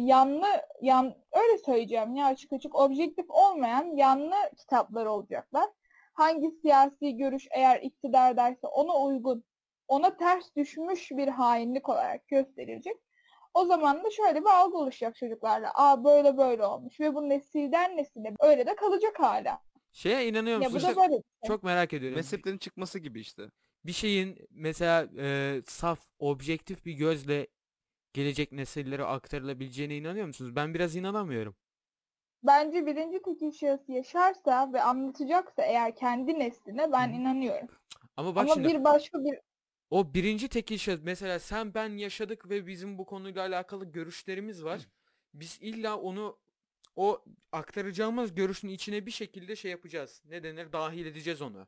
öyle söyleyeceğim ya açık açık objektif olmayan yanlı kitaplar olacaklar. Hangi siyasi görüş eğer iktidardaysa ona uygun, ona ters düşmüş bir hainlik olarak gösterilecek. O zaman da şöyle bir algı oluşacak çocuklarla. Aa böyle böyle olmuş ve bu nesilden nesile öyle de kalacak hala. Şeye inanıyor Ya bu musun? da böyle bir şey. Çok merak ediyorum. Mezheplerin çıkması gibi işte. Bir şeyin mesela saf, objektif bir gözle gelecek nesillere aktarılabileceğine inanıyor musunuz? Ben biraz inanamıyorum. Bence birinci tekil şahıs yaşarsa ve anlatacaksa eğer kendi nesline ben inanıyorum. Ama bak Ama şimdi bir başka bir o birinci tekil şahıs mesela sen ben yaşadık ve bizim bu konuyla alakalı görüşlerimiz var. Biz illa onu o aktaracağımız görüşün içine bir şekilde şey yapacağız. Ne denir? Dahil edeceğiz onu.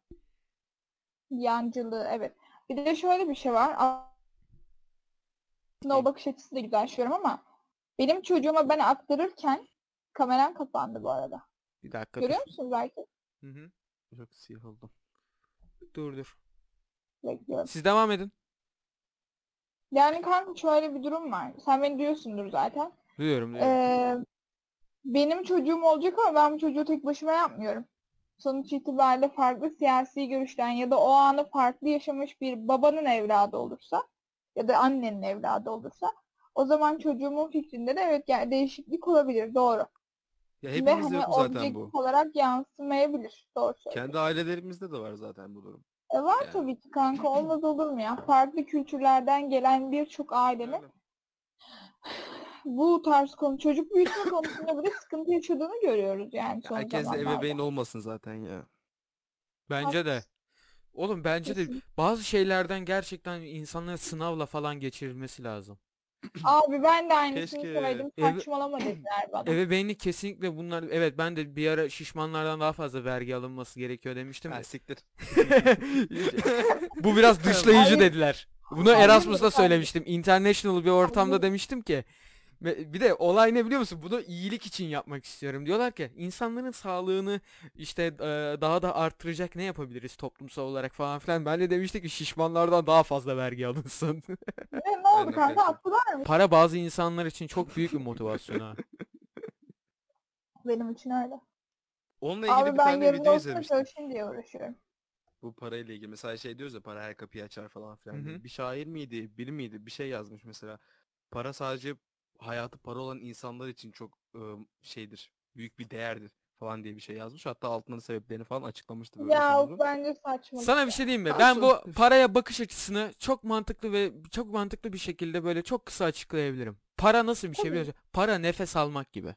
yancılığı evet. Bir de şöyle bir şey var. Aslında o bakış açısı da güzel şuyorum ama benim çocuğuma ben aktarırken kameram kapandı bu arada. Bir dakika dur. Görüyor musunuz belki? Hı hı. Çok siyah oldum. Dur. Bekliyorum. Siz devam edin. Yani kanka şöyle bir durum var. Sen beni duyuyorsundur zaten. Duyuyorum. Benim çocuğum olacak ama ben bu çocuğu tek başıma yapmıyorum. Sonuç itibariyle farklı siyasi görüşten ya da o anı farklı yaşamış bir babanın evladı olursa ya da annenin evladı olursa o zaman çocuğumun fikrinde de evet yani değişiklik olabilir. Doğru. Ya Ve hepimizde hani yok mu zaten bu? objektif olarak yansımayabilir. Doğru söylüyorsun. Kendi ailelerimizde de var zaten bu durum. Var Yani. tabii ki kanka. Olmaz olur mu ya? Farklı kültürlerden gelen birçok ailenin Öyle. bu tarz çocuk büyütme konusunda bile sıkıntı yaşadığını görüyoruz yani son Herkes de zamanlarda. ebeveyn olmasın zaten ya. Bence de. Oğlum bence de Haklısın. bazı şeylerden gerçekten insanların sınavla falan geçirilmesi lazım. Abi ben de aynısını Keşke. söyledim. Ev, Saçmalama dediler bana. ebeveynlik kesinlikle bunlar. Evet ben de bir ara şişmanlardan daha fazla vergi alınması gerekiyor demiştim Ha de. siktir. Bu biraz dışlayıcı Hayır, dediler. Bunu hayır, Erasmus'ta hayır. söylemiştim. International bir ortamda demiştim ki. Bir de olay ne biliyor musun? Bunu iyilik için yapmak istiyorum. Diyorlar ki insanların sağlığını işte daha da arttıracak ne yapabiliriz toplumsal olarak falan filan. Ben de demiştim ki şişmanlardan daha fazla vergi alınsın. Ne oldu Aynen kanka? kanka. Haklılar mı? Para bazı insanlar için çok büyük bir motivasyon ha. Benim için öyle. Onunla ilgili Abi bir ben tane yarın video olsa izlemiştim. çalışayım diye uğraşıyorum. Bu parayla ilgili. Mesela şey diyoruz ya para her kapıyı açar falan Hı filan hı. diye. Bir şair miydi, biri miydi? Bir şey yazmış mesela. Para sadece hayatı para olan insanlar için çok şeydir. Büyük bir değerdir falan diye bir şey yazmış. Hatta altında da sebeplerini falan açıklamıştı böyle uzun Ya uzun. bence saçmalık Sana bir ya. şey diyeyim mi? Daha Ben sonra bu paraya bakış açısını çok mantıklı ve çok mantıklı bir şekilde böyle çok kısa açıklayabilirim. Para nasıl bir şey biliyor Tabii. musun? Para nefes almak gibi.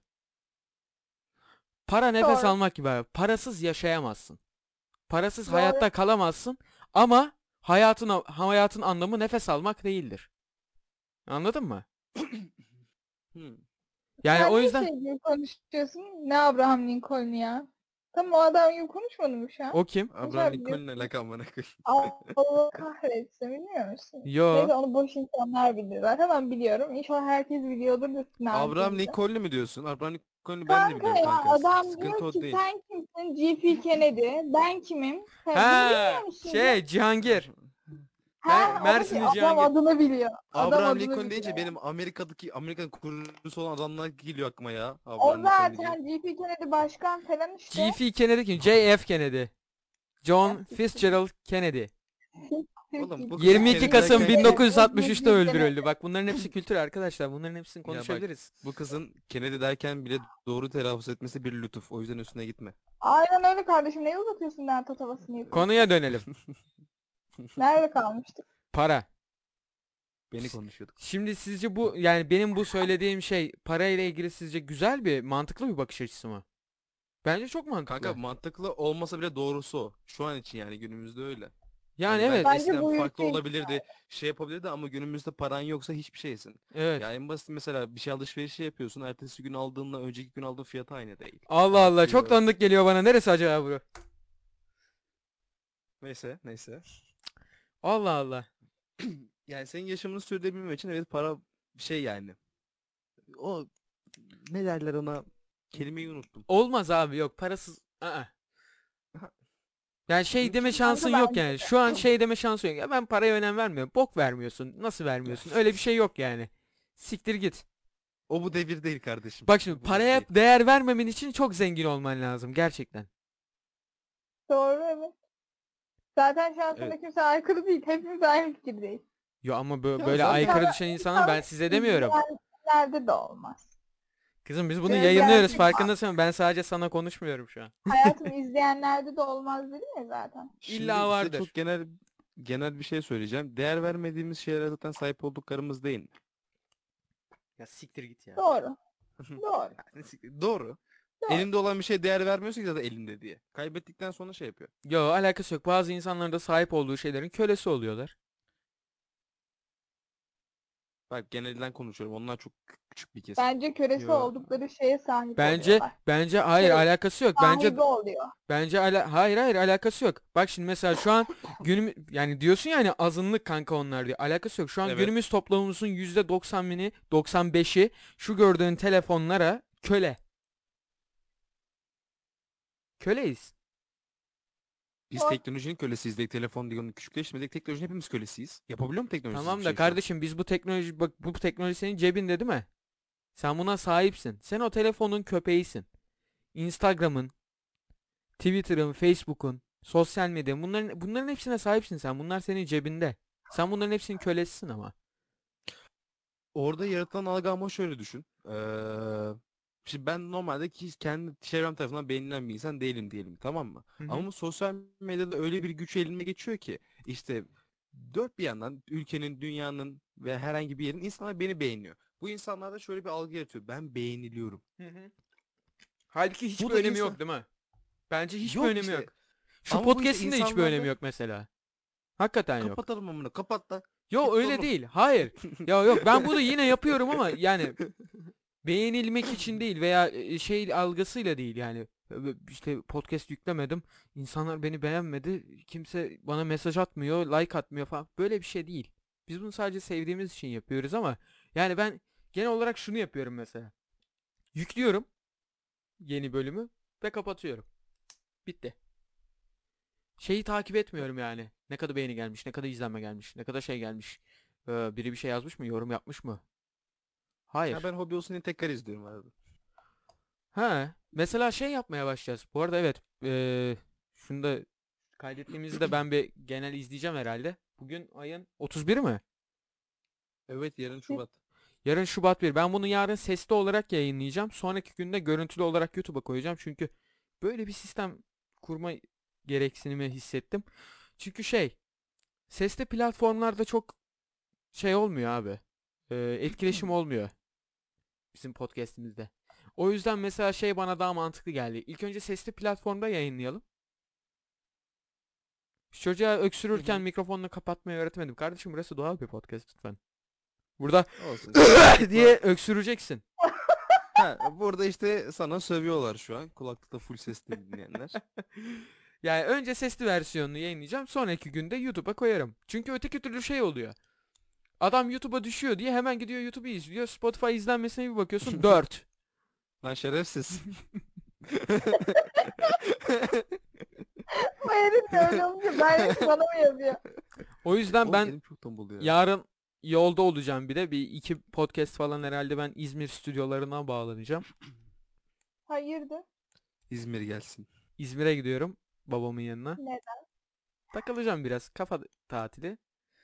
Para nefes Doğru. almak gibi abi. Parasız yaşayamazsın. Parasız Doğru. hayatta kalamazsın ama hayatın anlamı nefes almak değildir. Anladın mı? Hmm. Yani Sen o niye yüzden şey gibi konuşuyorsun? Ne Abraham Lincoln'u ya? Tam o adam gibi konuşmadın mı şu an? o kim? Abraham Güzel Lincoln'la biliyorsun. alakalı amına koyayım. Allah kahretsin bilmiyor musun? Yo. Neyse onu boş insanlar bilir. Zaten ben biliyorum. İnşallah herkes biliyordur da Abraham sinanetimizi. Lincoln'u mu diyorsun? Abraham Lincoln'u ben de Kanka biliyorum ya kanka. adam Sıkıntı diyor o ki değil. sen kimsin? G.F. Kennedy. Ben kimim? Ha, bunu bilmiyor Ha, musun ya? Cihangir. Ha onu Mersinli adam Cihangir. adını biliyor. Adam Abraham adını Lincoln biliyor. deyince benim Amerika'nın kurucusu olan adamlar geliyor aklıma ya. O Abraham Lincoln deyince. zaten G.F. Kennedy başkan falan işte. G.F. Kennedy kim? J.F. Kennedy. Ya John siktir git. Fitzgerald Kennedy. Oğlum bu kızın 22 Kennedy Kasım derken ki 1963'te öldürüldü. Bak bunların hepsi kültür arkadaşlar. Bunların hepsini ya bak konuşabiliriz. bu kızın Kennedy derken bile doğru telaffuz etmesi bir lütuf. O yüzden üstüne gitme. Aynen öyle kardeşim. Neyi uzatıyorsun daha tatavasını yapıyorsun? Konuya dönelim. Nerede kalmıştık? Para. Beni konuşuyorduk. Şimdi sizce bu, yani benim bu söylediğim şey parayla ilgili sizce güzel bir, mantıklı bir bakış açısı mı? Bence çok Kanka mantıklı. mantıklı olmasa bile doğrusu o. Şu an için yani günümüzde öyle. Yani Hani belki evet. Bence eskiden bu farklı ülke için olabilirdi, şey yapabilirdi ama günümüzde paran yoksa hiçbir şeysin. Evet. Ya en basit mesela bir şey alışverişi yapıyorsun, ertesi gün aldığınla önceki gün aldığın fiyatı aynı değil. Allah Allah, çok Artıyor. tanıdık geliyor bana. Neresi acaba bura? Neyse, neyse. Allah Allah. Yani senin yaşamını sürdürebilmek için evet para şey yani. O ne derler ona? Kelimeyi unuttum. Olmaz abi, yok parasız. Aa. Yani şey deme İmkansız. şansın kanka yok bence yani. de. Şu an şey deme şansın yok. Ya ben paraya önem vermiyorum. Bok vermiyorsun. Nasıl vermiyorsun? Öyle bir şey yok yani. Siktir git. O bu devir değil kardeşim. Bak şimdi, Bu devir paraya değil. değer vermemen için çok zengin olman lazım gerçekten. Doğru, evet. Zaten şu an sana Evet. kimse aykırı değil. Hepimiz aynı fikirdeyiz. Yo ama Ya böyle zaten aykırı düşen insanı ben size demiyorum. İzleyenlerde de olmaz. Kızım biz bunu Biraz yayınlıyoruz, gerçek farkındasın mı? Ben sadece sana konuşmuyorum şu an. hayatım izleyenlerde de olmaz dedim ya zaten. İlla Şimdi size vardır. çok genel bir şey söyleyeceğim. Değer vermediğimiz şeylere zaten sahip olduklarımız değil mi? Ya siktir git ya. Doğru. Doğru. Doğru. Doğru. Elinde olan bir şey değer vermiyorsa ki zaten elinde diye. Kaybettikten sonra şey yapıyor. Yo, alakası yok. Bazı insanlar da sahip olduğu şeylerin kölesi oluyorlar. Bak genelden konuşuyorum. Onlar çok küçük bir kesim. Bence kölesi Yo. oldukları şeye sahip Bence oluyorlar. bence hayır, Şey, alakası yok. sahibi oluyor. Hayır hayır, alakası yok. Bak şimdi mesela şu an yani diyorsun ya hani azınlık kanka onlar diye. Alakası yok. Şu an Evet. günümüz toplumumuzun %90'ını, 95'i şu gördüğün telefonlara köle. Köleyiz. Biz Doğru. teknolojinin kölesiyiz de telefon diye onu küçükleştirmedik. Teknolojinin hepimiz kölesiyiz. Yapabiliyor mu teknolojisiz bir Tamam da şey şu an? kardeşim, biz bu teknoloji, bak bu teknoloji senin cebinde değil mi? Sen buna sahipsin. Sen o telefonun köpeğisin. Instagram'ın, Twitter'ın, Facebook'un, sosyal medya, bunların hepsine sahipsin sen. Bunlar senin cebinde. Sen bunların hepsinin kölesisin ama. Orada yaratılan algı ama şöyle düşün. Şimdi ben normalde kendi çevrem tarafından beğenilen bir insan değilim diyelim, tamam mı? Hı hı. Ama bu sosyal medyada öyle bir güç elime geçiyor ki işte dört bir yandan ülkenin, dünyanın ve herhangi bir yerin insanlar beni beğeniyor. Bu insanlarda şöyle bir algı yaratıyor. Ben beğeniliyorum. Hı hı. Halbuki Bu hiçbir da önemi insan yok değil mi? Bence hiçbir yok önemi işte. yok. Şu Ama bu işte podcast'in de hiçbir önemi insanlarda yok mesela. Hakikaten yok. kapatalım amına kapat da Yo, git öyle oğlum. değil. Hayır. Ya yok, ben bunu yine yapıyorum ama yani beğenilmek için değil veya şey algısıyla değil yani. İşte podcast yüklemedim. İnsanlar beni beğenmedi. Kimse bana mesaj atmıyor, like atmıyor falan. Böyle bir şey değil. Biz bunu sadece sevdiğimiz için yapıyoruz ama yani ben genel olarak şunu yapıyorum mesela. Yüklüyorum yeni bölümü ve kapatıyorum. Bitti. Şeyi takip etmiyorum yani. Ne kadar beğeni gelmiş, ne kadar izlenme gelmiş, ne kadar şey gelmiş. Biri bir şey yazmış mı, yorum yapmış mı? Ha Hayır. ben hobi olsun diye tekrar izliyorum arada. Ha, mesela şey yapmaya başlayacağız. Bu arada evet, şunu da kaydettiğimizde ben bir genel izleyeceğim herhalde. Bugün ayın 31'i mi? Evet yarın Şubat. Yarın Şubat 1. Ben bunu yarın sesli olarak yayınlayacağım. Sonraki günde görüntülü olarak YouTube'a koyacağım. Çünkü böyle bir sistem kurma gereksinimi hissettim. Çünkü şey, sesli platformlarda çok şey olmuyor abi. Etkileşim olmuyor bizim podcast'imizde. O yüzden mesela şey bana daha mantıklı geldi. İlk önce sesli platformda yayınlayalım. Şu çocuğa Hı öksürürken hı. mikrofonunu kapatmayı öğretemedim. Kardeşim, burası doğal bir podcast lütfen. Burada Olsun. Kulaklıkla diye öksüreceksin. ha burada işte sana sövüyorlar şu an. Kulaklıkta full sesli dinleyenler. Yani önce sesli versiyonunu yayınlayacağım. Sonraki günde YouTube'a koyarım. Çünkü öteki türlü şey oluyor. Adam YouTube'a düşüyor diye hemen gidiyor YouTube'u izliyor. Spotify izlenmesine bir bakıyorsun 4. Lan şerefsiz. Bu herif de öyle olunca ben bana mı yazıyor? O yüzden Oğlum ben elim çok tombul ya. yarın yolda olacağım bir de. Bir iki podcast falan herhalde ben İzmir stüdyolarına bağlanacağım. Hayırdır? İzmir gelsin. İzmir'e gidiyorum babamın yanına. Neden? Takılacağım biraz, kafa tatili.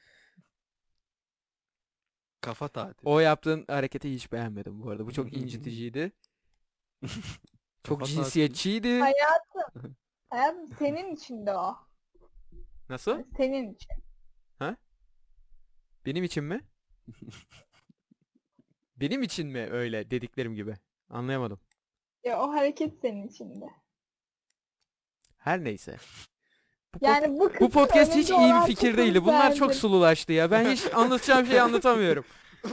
Kafa tatili. O yaptığın hareketi hiç beğenmedim bu arada. Bu çok inciticiydi. Çok Kafa tatili. cinsiyetçiydi. Hayatım. Hayatım senin için de o. Nasıl? Yani senin için. Ha? Benim için mi? Benim için mi öyle dediklerim gibi? Anlayamadım. Ya o hareket senin içinde. Her neyse. Yani bu Bu kısmın podcast hiç önünde iyi bir olan fikir kısım değildi. Bunlar çok sendin. sululaştı ya. Ben hiç anlatacağım şeyi anlatamıyorum.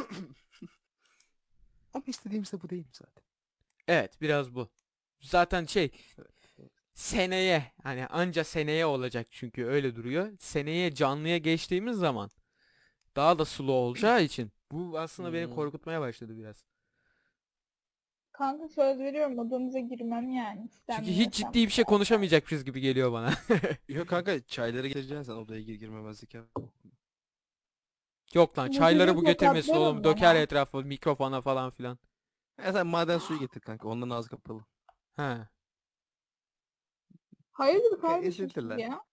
Ama istediğimse bu değil mi zaten? Evet, biraz bu. Zaten seneye, hani anca seneye olacak çünkü öyle duruyor. Seneye canlıya geçtiğimiz zaman daha da sulu olacağı için bu aslında beni Hmm. korkutmaya başladı biraz. Kanka söz veriyorum odanıza girmem yani. Çünkü hiç İstenmiyorsam. ciddi bir şey konuşamayacakmışız gibi geliyor bana. Yok kanka, çayları getireceksin sen, odaya girmemezlik yap. Yok lan, Bu çayları çocuğu bu getirmesin tokatlarım oğlum. ben Döker ha. etrafı mikrofona falan filan. Sen maden suyu getir kanka, ondan ağzı kapalı. Ha. Hayırdır kardeşim siz Esiltirler. ya?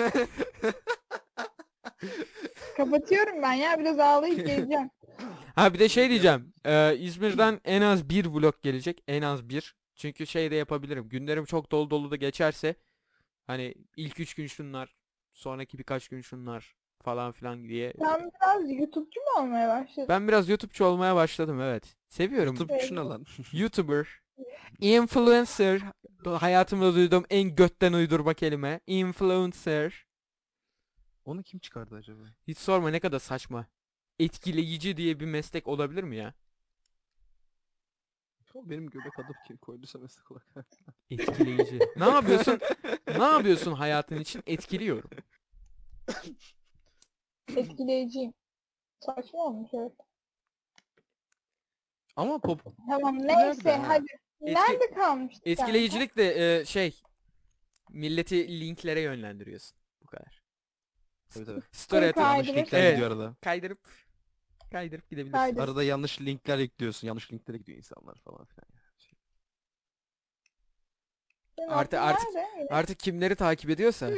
Kapatıyorum ben ya. Biraz ağlayıp geleceğim. Ha bir de şey diyeceğim. İzmir'den en az bir vlog gelecek. En az bir. Çünkü şey de yapabilirim. Günlerim çok dolu dolu da geçerse hani ilk 3 gün şunlar, sonraki birkaç gün şunlar falan filan diye. Sen biraz YouTube'cu mu olmaya başladın? Ben biraz YouTube'cu olmaya başladım, evet. Seviyorum. YouTube şuna lan. YouTuber, influencer, hayatımda duyduğum en götten uydurma kelime. Influencer. Onu kim çıkardı acaba? Hiç sorma, ne kadar saçma. Etkileyici diye bir meslek olabilir mi ya? O benim göbek adım kim koyduysa meslek olarak. Etkileyici. Ne yapıyorsun? Ne yapıyorsun hayatın için? Etkiliyorum. Etkileyiciyim. Saçma olmuş evet. Ama Tamam Nerede neyse ha? hadi. Nerede kalmıştık kanka? Etkileyicilik de milleti linklere yönlendiriyorsun. Bu kadar. tabii tabii. Story Kanka, atıp Yanlış Kaydırıp- linkler Evet. gidiyor arada. kaydırıp gidebilirsin. Kaydırıp. Arada yanlış linkler yüklüyorsun. Yanlış linklere gidiyor insanlar falan filan. Senin Artık aklın artık nerede? Yine artık kimleri takip ediyorsa.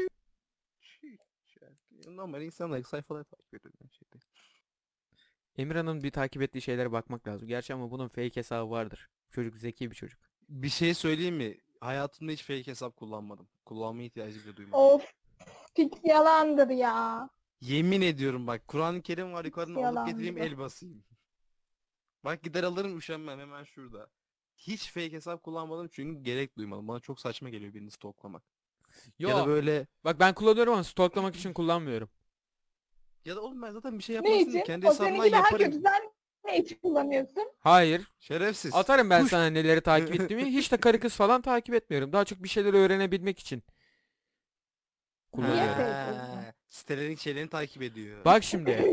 Normal insanlar sayfaları takip ediyor. Yani şey değil. Emirhan'ın bir takip ettiği şeylere bakmak lazım. Gerçi ama bunun fake hesabı vardır. Çocuk zeki bir çocuk. Bir şey söyleyeyim mi? Hayatımda hiç fake hesap kullanmadım. Kullanma ihtiyacı bile duymadım. of pik yalandır ya. Yemin ediyorum bak, Kur'an-ı Kerim var yukarıdan, alıp Yalandır getireyim o. el basayım. Bak gider alırım, üşenmem, hemen şurada. Hiç fake hesap kullanmadım çünkü gerek duymadım. Bana çok saçma geliyor birini stalklamak. Ya da Yo. böyle, Bak ben kullanıyorum ama stalklamak için kullanmıyorum. ya da oğlum ben zaten bir şey Ne yapmasın diye için? kendi O hesabımdan seninki daha yaparım. kötü. Sen ne için kullanıyorsun? Hayır. Şerefsiz. Atarım ben Push. sana neleri takip ettiğimi. Hiç de karı kız falan takip etmiyorum. Daha çok bir şeyler öğrenebilmek için Niye kullanıyorum. fake o zaman? Sitelerin şeylerini takip ediyor. Bak şimdi.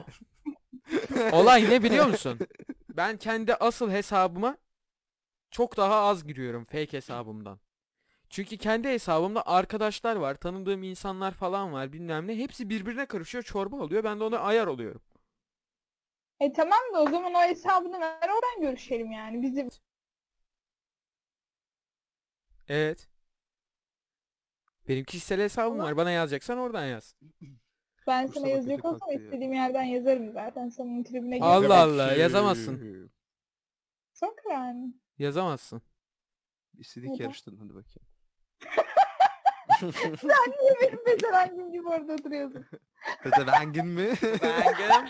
Olay ne biliyor musun? Ben kendi asıl hesabıma çok daha az giriyorum fake hesabımdan. Çünkü kendi hesabımda arkadaşlar var, tanıdığım insanlar falan var, bilmem ne. Hepsi birbirine karışıyor, çorba oluyor. Ben de ona ayar oluyorum. Tamam da o zaman o hesabını ver oradan görüşelim yani. Bizim Evet. Benim kişisel hesabım var. Bana yazacaksan oradan yaz. ben Kursa sana bak, yazacak kötü olsam kalktı ya. istediğim yerden yazarım zaten. Senin tribüne Allah girmem. Allah, yazamazsın. Son karar mı? Yazamazsın. İstedik Neden? yarıştın, hadi bakayım. Sen niye benim bezerengim gibi orada oturuyorsun? Pezevengin mi? Bangım.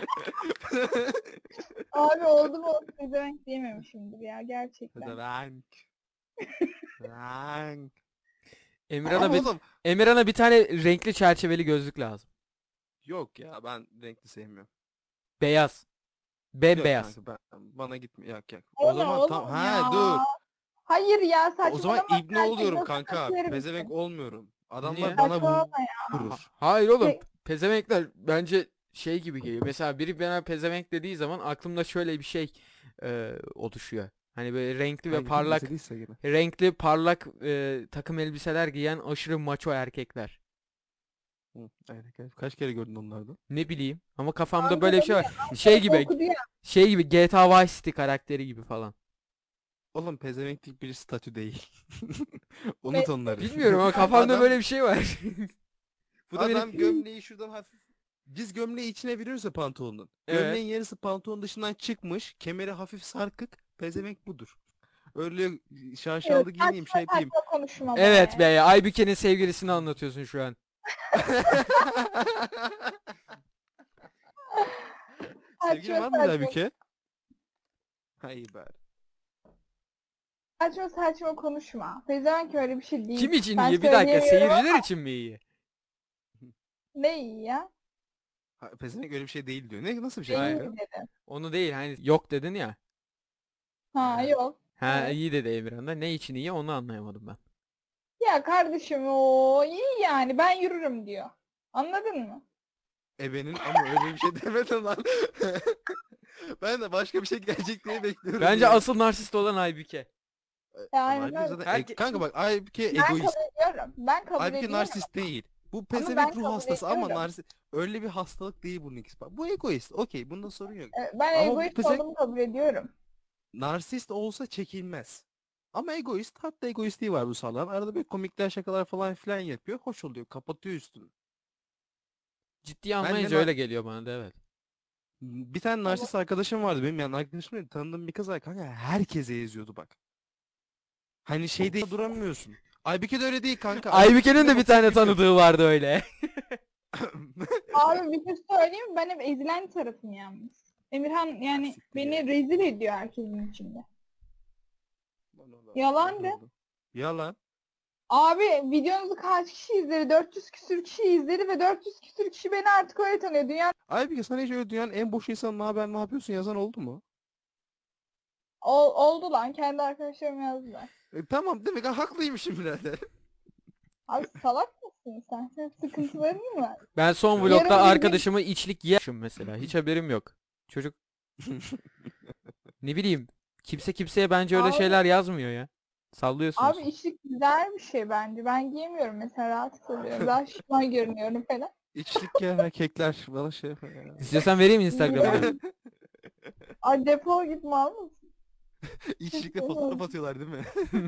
Abi oldu mu bezerenk diyememişimdir ya gerçekten. Pezevenk. Pezevenk. Emirhan'a bir, Oğlum. Emirhan'a bir tane renkli çerçeveli gözlük lazım. Yok ya, ben renkli sevmiyorum. Beyaz. Yok Bembeyaz. kanka, bana gitmiyor. Yok yok. O O ne zaman oğlum tam, ya? dur. Hayır ya O zaman saçmalama. ibne Sen oluyorum nasıl kanka. saçlarım Pezevenk için? olmuyorum. Adamlar Niye? bana Saçmalama ya. vurur. Hayır oğlum. Şey- Pezevenkler bence şey gibi geliyor. Mesela biri bana pezevenk dediği zaman aklımda şöyle bir şey oluşuyor. Hani böyle renkli ve Hangi film parlak, izlediyse yine. renkli parlak takım elbiseler giyen aşırı maço erkekler. Hı, aynen. Kaç kere gördün onlardan? Ne bileyim ama kafamda Kanka böyle bir dedi şey ya, var. Şey gibi, okudu ya. şey gibi GTA Vice City karakteri gibi falan. Oğlum pezevenklik bir statü değil. Unut onları. Bilmiyorum ama kafamda Adam- böyle bir şey var. Bu da Adam benim... gömleği şuradan hafif, diz gömleği içine veriyorsa pantolonun. Evet. Gömleğin yarısı pantolon dışından çıkmış. Kemeri hafif sarkık. Pezevenk budur. Öyle şaşalı giyineyim, şey yapayım. Saçma konuşma be. Evet be, Aybüke'nin sevgilisini anlatıyorsun şu an. Sevgilin saçma var mıydı saçma, Aybüke? Ha iyi bari. saçma saçma konuşma. Pezevenk öyle bir şey Kim değil. için Ben iyi? Bir dakika, söyleyemiyorum seyirciler ama için mi iyi? ne iyi ya? Ha, pezevenk öyle bir şey değil diyor. Ne nasıl bir şey Hayır. Değil kanka? dedim. Onu değil, hani yok dedin ya. Ha yok. Ha, Evet. iyi dedi Emirhan da. Ne için iyi onu anlayamadım ben. Ya kardeşim o iyi yani ben yürürüm diyor. Anladın mı? Ebenin ama öyle bir şey demedim lan. Ben de başka bir şey gelecek diye bekliyorum Bence ya. asıl narsist olan Aybüke. Ama Yani Aybüke öyle. zaten Herke kanka bak Aybüke Ben kabul egoist. ediyorum. Ben kabul Aybüke ediyorum. narsist değil. Bu Ama ben pezevenk ruh kabul hastası ama ediyorum. narsist öyle bir hastalık değil bunun ikisi. Bu egoist. Okey bunda sorun yok. Ben Ama bu egoist pezevenk olduğumu kabul ediyorum. narsist olsa çekilmez. Ama egoist hatta egoistliği var bu salağın. Arada bir komikler şakalar falan filan yapıyor. Hoş oluyor. Kapatıyor üstünü. Ciddiye Ben de almayınca öyle geliyor bana da, evet. bir tane Ama narsist arkadaşım vardı benim, yani arkadaşım değil, tanıdığım bir kız var kanka, herkese eziyordu bak. Hani şeyde duramıyorsun. Aybüke de öyle değil kanka. Aybüke Aybüke'nin üstüne de bir basıyor tane gidiyor. tanıdığı vardı öyle. abi bir şey söyleyeyim mi? Ben hep ezilen tarafım yalnız. Emirhan Ha, yani siktir ya. beni rezil ediyor herkesin içinde. Lan oğlum, Yalan öyle de. oldu. Yalan. Abi videonuzu kaç kişi izledi? 400 küsür kişi izledi ve 400 küsür kişi beni artık öyle tanıyor. Dünyanın Aybüke sana hiç öyle dünyanın en boş insanı ne haber ne yapıyorsun yazan oldu mu? oldu lan. Kendi arkadaşlarım yazdılar. Tamam demek ki haklıymışım birader. Abi salak mısın sen? Senin sıkıntıların mı var? Ben son Yok. vlogda Yarın bir gün arkadaşımı içlik yemişim mesela. Hiç haberim yok. Çocuk, ne bileyim. Kimse kimseye bence öyle abi, şeyler yazmıyor ya. abi Sallıyorsunuz. içlik güzel bir şey bence. Ben giyemiyorum mesela rahatsız oluyorum. Daha şişman görünüyorum falan. İçlik giyen erkekler bana şey yapıyor ya. İstiyorsan vereyim Instagram'ını. İğrenç. Ay defol git mal mısın? İçlikle fotoğraf atıyorlar değil mi?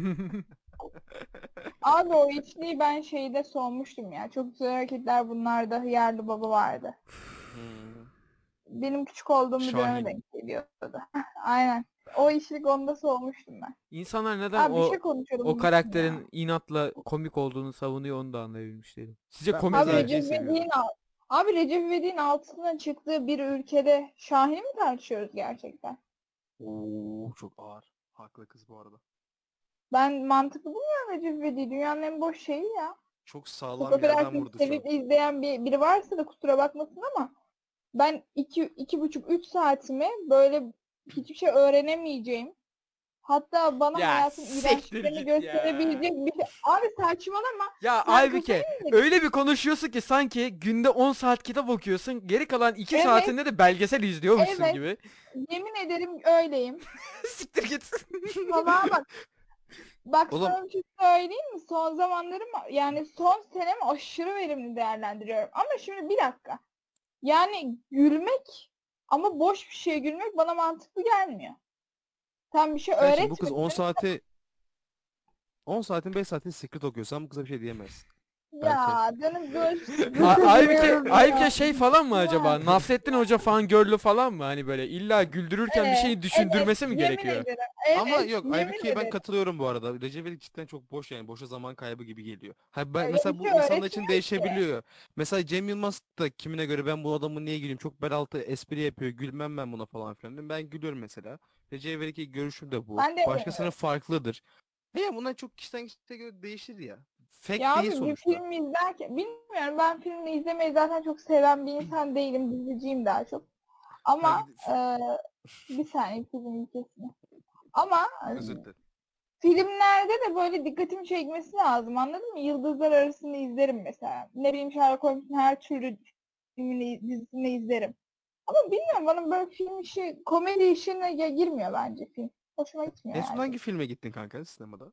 Abi o içliği ben şeyde solmuştum ya. Çok güzel hareketler bunlarda. Hıyarlı Baba vardı. Hmm. Benim küçük olduğum bir döneme Şahin. denk geliyordu. Aynen. O içlik onda solmuştum ben. İnsanlar neden Abi bir o şey o konuşuyordum unuttum ya. karakterin inatla komik olduğunu savunuyor, onu da anlayabilmiş değilim. Sizce Ben komik Abi mi? mizahçıyı Recep seviyorum. İvedik'in Abi Recep İvedik'in altından çıktığı bir ülkede Şahin'i mi tartışıyoruz gerçekten? Oo çok ağır. Haklı kız bu arada. Ben mantıklı bulmuyorum Recep İvedik'i. Dünyanın en boş şeyi ya. Çok Çok sağlam yerden affedersiniz vurdu şu an. sevip izleyen biri varsa da kusura bakmasın ama ben 2,5-3 saatimi böyle hiçbir şey öğrenemeyeceğim. Hatta bana Ya hayatın siktir iğrençliklerini git ya. gösterebilecek bir şey. Abi saçmalama. Ya Sen Aybüke, kafayı mı yedin? öyle bir konuşuyorsun ki sanki günde 10 saat kitap okuyorsun. Geri kalan 2 Evet, saatinde de belgesel izliyormuşsun evet. gibi. Yemin ederim öyleyim. Siktir git. Vallahi bak. Bak Oğlum sana bir şey söyleyeyim mi? Son zamanlarım yani son senemi aşırı verimli değerlendiriyorum. Ama şimdi bir dakika. Yani gülmek ama boş bir şeye gülmek bana mantıklı gelmiyor. Tam bir şey kardeşim bu kız öğretmedi. 10 saati 10 saatin 5 saatin secret okuyor. Sen bu kıza bir şey diyemezsin. Berke. Ya canım Aybüke, gülüyorum Aybüke ya. şey falan mı Ya. acaba? Nasrettin Hoca falan görlü falan mı? Hani böyle illa güldürürken bir Evet, şeyi evet, düşündürmesi mi yemin gerekiyor? ederim. Ama Evet, yok yemin Aybüke'ye ben ederim. katılıyorum bu arada. Recep İvedik cidden çok boş, yani boşa zaman kaybı gibi geliyor. Ha ben Öyle mesela bir bu şey insanlar için öğretmiyor ki. değişebiliyor. Mesela Cem Yılmaz da kimine göre ben bu adamı niye güleyim? Çok bel altı espri yapıyor. Gülmem ben buna falan filan diyorum. Ben gülüyorum mesela. Recep İvedik'e görüşüm de bu. Ben de Başkasının farklıdır. Ya bunlar çok kişiden kişiye göre değişir ya. Fake ya değil abi bir sonuçta. film izlerken bilmiyorum ben filmi izlemeyi zaten çok seven bir insan değilim. Diziciyim daha çok. Ha, Ama bir saniye film ülkesine. Ama özür dilerim. filmlerde de böyle dikkatimi çekmesi lazım anladın mı? Yıldızlar Arası'nı izlerim mesela. Ne bileyim Sherlock Holmes'un her türlü filmini, dizisini izlerim. Ama bilmiyorum bana böyle film işi, komedi işine girmiyor bence film. Hoşuma gitmiyor En son yani. hangi filme gittin kanka sinemada?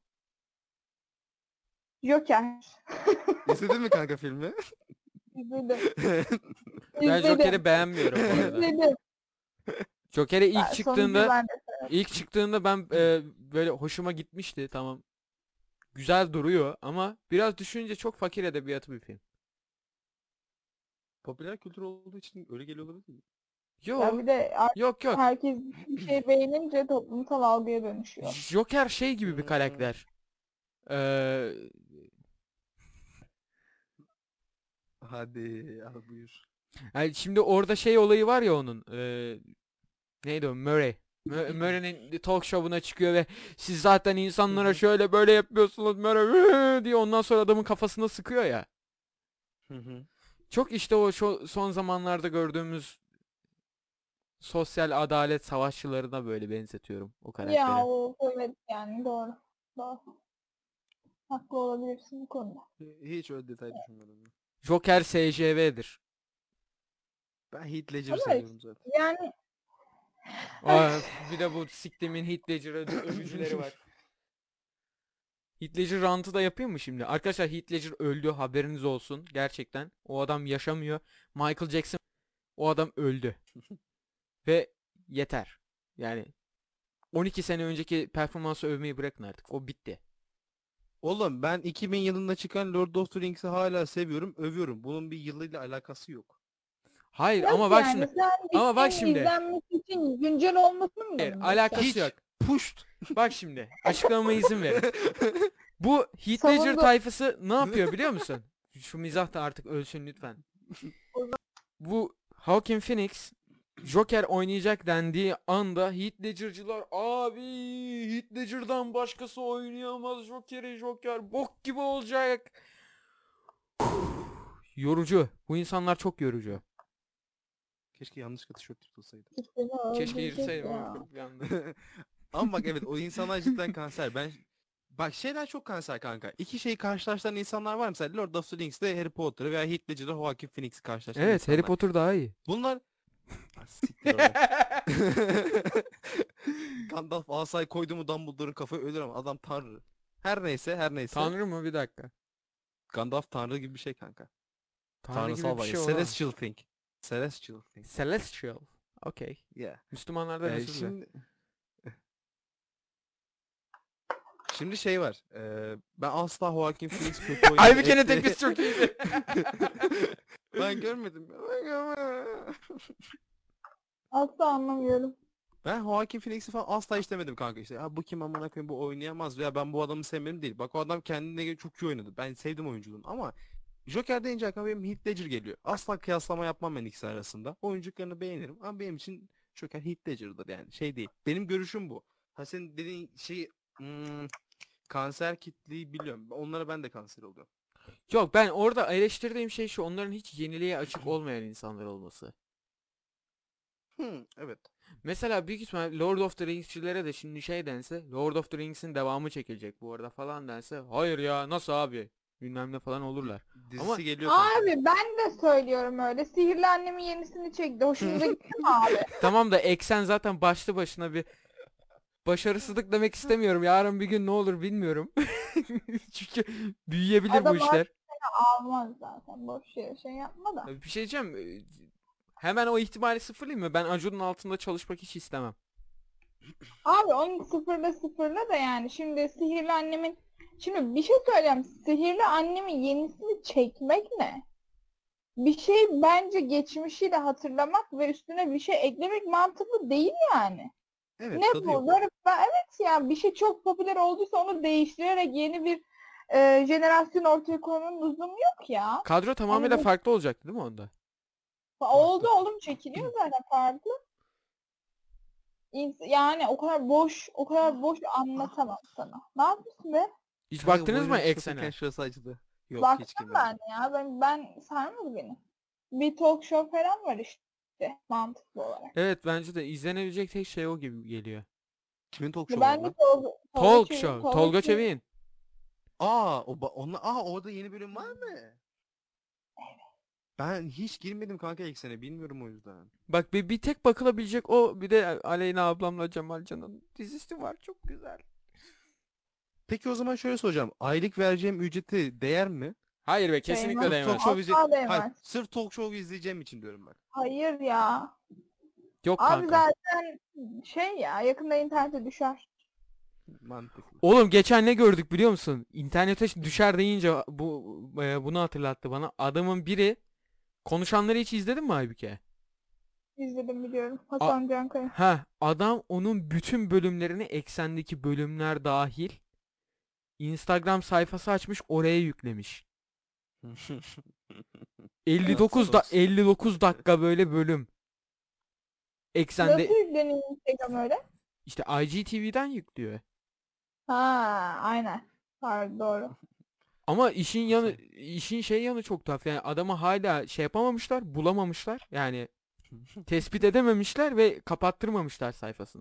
Joker. İzledin mi kanka filmi? İzledim. Ben İzledim. Joker'i beğenmiyorum bu arada. İzledim. Joker'e Sonuncuyu ben de ilk çıktığında ben böyle hoşuma gitmişti, tamam. Güzel duruyor ama biraz düşününce çok fakir edebiyatı bir film. Popüler kültür olduğu için öyle geliyor olabilir mi? ya Yo, bir de artık yok yok. herkes bir şey beğenince toplumsal algıya dönüşüyor. Joker şey gibi bir Hmm. karakter. Eee Hadi al buyur. Yani şimdi orada şey olayı var ya onun. Neydi o? Murray. Murray'nin talk show'una çıkıyor ve siz zaten insanlara şöyle böyle yapıyorsunuz Murray diye ondan sonra adamın kafasına sıkıyor ya. Çok işte o son zamanlarda gördüğümüz sosyal adalet savaşçılarına böyle benzetiyorum o Ya karakteri. o evet yani doğru. Doğru. Haklı olabilirsin bu konuda. Hiç öyle detay düşünmedim. Joker SJV'dir. Ben Heath Ledger'ı Ama seviyorum zaten. yani Bir de bu siktimin Heath Ledger övücüleri var. Heath Ledger rantı da yapayım mı şimdi? Arkadaşlar Heath Ledger öldü, haberiniz olsun. Gerçekten. O adam yaşamıyor. Michael Jackson, o adam öldü. Ve yeter. Yani 12 sene önceki performansı övmeyi bırakın artık. O bitti. Oğlum ben 2000 yılında çıkan Lord of the Rings'i hala seviyorum, övüyorum. Bunun bir yılıyla alakası yok. Hayır ama nasıl bak yani şimdi. sen bir Ama bak şeyin şimdi. izlenmesi için güncel olmasını mı Hayır, savunuyorsun? alakası Hiç. yok. Puşt. Bak şimdi. Açıklamama izin verin. Bu Heath Ledger Savundu. tayfası ne yapıyor biliyor musun? Şu mizah da artık ölsün lütfen. Bu Joaquin Phoenix Joker oynayacak dendiği anda Heath Ledger'cılar abi Heath Ledger'dan başkası oynayamaz Joker bok gibi olacak. Yorucu. Bu insanlar çok yorucu. Keşke yanlışlıkla tişört tutulsaydı. Seni Keşke öldürecek yırtsaydım ya. ama bir anda. Ama bak evet o insanlar cidden kanser. Bak şeyler çok kanser kanka. İki şeyi karşılaştıran insanlar var mesela Lord of the Rings'te Harry Potter'ı veya Heath Ledger'da Joaquin Phoenix'i karşılaştıran Evet, Harry insanlar. Potter daha iyi. Bunlar siktir oradan. Gandalf asayı koydu mu Dumbledore'un kafayı ölür ama adam tanrı. Her neyse. Tanrı mı? Bir dakika. Gandalf tanrı gibi bir şey kanka. Tanrı gibi Tanrısal bir var ya. şey olamaz. Celestial thing. Celestial thing. Celestial. Okay. Yeah. Müslümanlardan özür dile. Şimdi şey var. Ben asla Joaquin Phoenix kötü oyuncu Aybüke'nin tepkisi çok iyiydi. Ben görmedim. Asla anlamıyorum. Ben Joaquin Phoenix'i falan asla istemedim kanka işte. Ya bu kim amına koyayım bu oynayamaz veya ben bu adamı sevmem değil. Bak o adam kendine göre çok iyi oynadı. Ben sevdim oyunculuğunu ama Joker deyince aklıma benim Heath Ledger geliyor. Asla kıyaslama yapmam ben ikisi arasında. Oyunculuklarını beğenirim ama benim için Joker Heath Ledger'dır yani şey değil. Benim görüşüm bu. Ha senin dediğin şey kanser kitleyi biliyorum. Onlara ben de kanser oluyorum. Yok, ben orada eleştirdiğim şey şu: onların hiç yeniliğe açık olmayan insanlar olması. Evet. Mesela büyük ihtimal Lord of the Rings'çilere de şimdi şey dense, Lord of the Rings'in devamı çekilecek bu arada falan dense, hayır ya nasıl abi bilmem ne falan olurlar. Dizisi Ama geliyor kanka. Abi ben de söylüyorum öyle. Sihirli Annem'in yenisini çekti. Hoşunuza gitti mi abi? tamam da eksen zaten başlı başına bir başarısızlık demek istemiyorum. Yarın bir gün ne olur bilmiyorum. Çünkü büyüyebilir bu Adam işler. almaz zaten. Boş yere şey yapma da. Bir şey diyeceğim. Hemen o ihtimali sıfırlayayım mı? Ben Acun'un altında çalışmak hiç istemem. Abi onu sıfırla da yani. Şimdi Sihirli Annem'in... Şimdi bir şey söyleyeyim. Sihirli Annem'in yenisini çekmek ne? Bir şey bence geçmişiyle hatırlamak ve üstüne bir şey eklemek mantıklı değil yani. Evet Ne tadı bu? yok. Böyle evet ya bir şey çok popüler olduysa onu değiştirerek yeni bir jenerasyon ortaya koymanın lüzumu yok ya. Kadro tamamıyla Hani farklı olacaktı değil mi onda? oldu oğlum çekiliyor zaten farklı. Yani o kadar boş anlatamam sana. Ne yapıyorsun be? Hiç Kanka baktınız mı boynunu çıkartırken eksene? şurası acıdı. Yok hiç Baktım girmedim. ben ya. Ben sarmadı beni. Bir talk show falan var işte mantıklı olarak. Evet, bence de izlenebilecek tek şey o gibi geliyor. Kimin talk Ve show'u var ben de lan? Talk show. Tolga Çevik'in. Orada yeni bölüm var mı? Ben hiç girmedim kanka eksene bilmiyorum o yüzden. Bak bir tek bakılabilecek o, bir de Aleyna ablamla Cemal Can'ın dizisi var, çok güzel. Peki o zaman şöyle soracağım. Aylık vereceğim ücreti değer mi? Hayır be, kesinlikle Değmez. Sırf talk değmez. show izle... Asla Hayır, değmez. sırf talk show izleyeceğim için diyorum bak. Hayır ya. Yok Abi kanka. zaten şey ya yakında internete düşer. Mantıklı. Oğlum geçen ne gördük biliyor musun? İnternete düşer deyince bunu hatırlattı bana. Adamın biri, konuşanları hiç izledin mi Aybüke? İzledim biliyorum. A- Hasan Cankaya. Adam onun bütün bölümlerini, eksendeki bölümler dahil, Instagram sayfası açmış, oraya yüklemiş. Sos. 59 dakika böyle bölüm. Nasıl Eksende yükleniyor Instagram öyle? işte IGTV'den yüklüyor. Ha, aynen. Pardon, doğru. Ama Şey. işin şey yanı çok tuhaf. Yani adamı hala şey yapamamışlar, bulamamışlar. Yani tespit edememişler ve kapattırmamışlar sayfasını.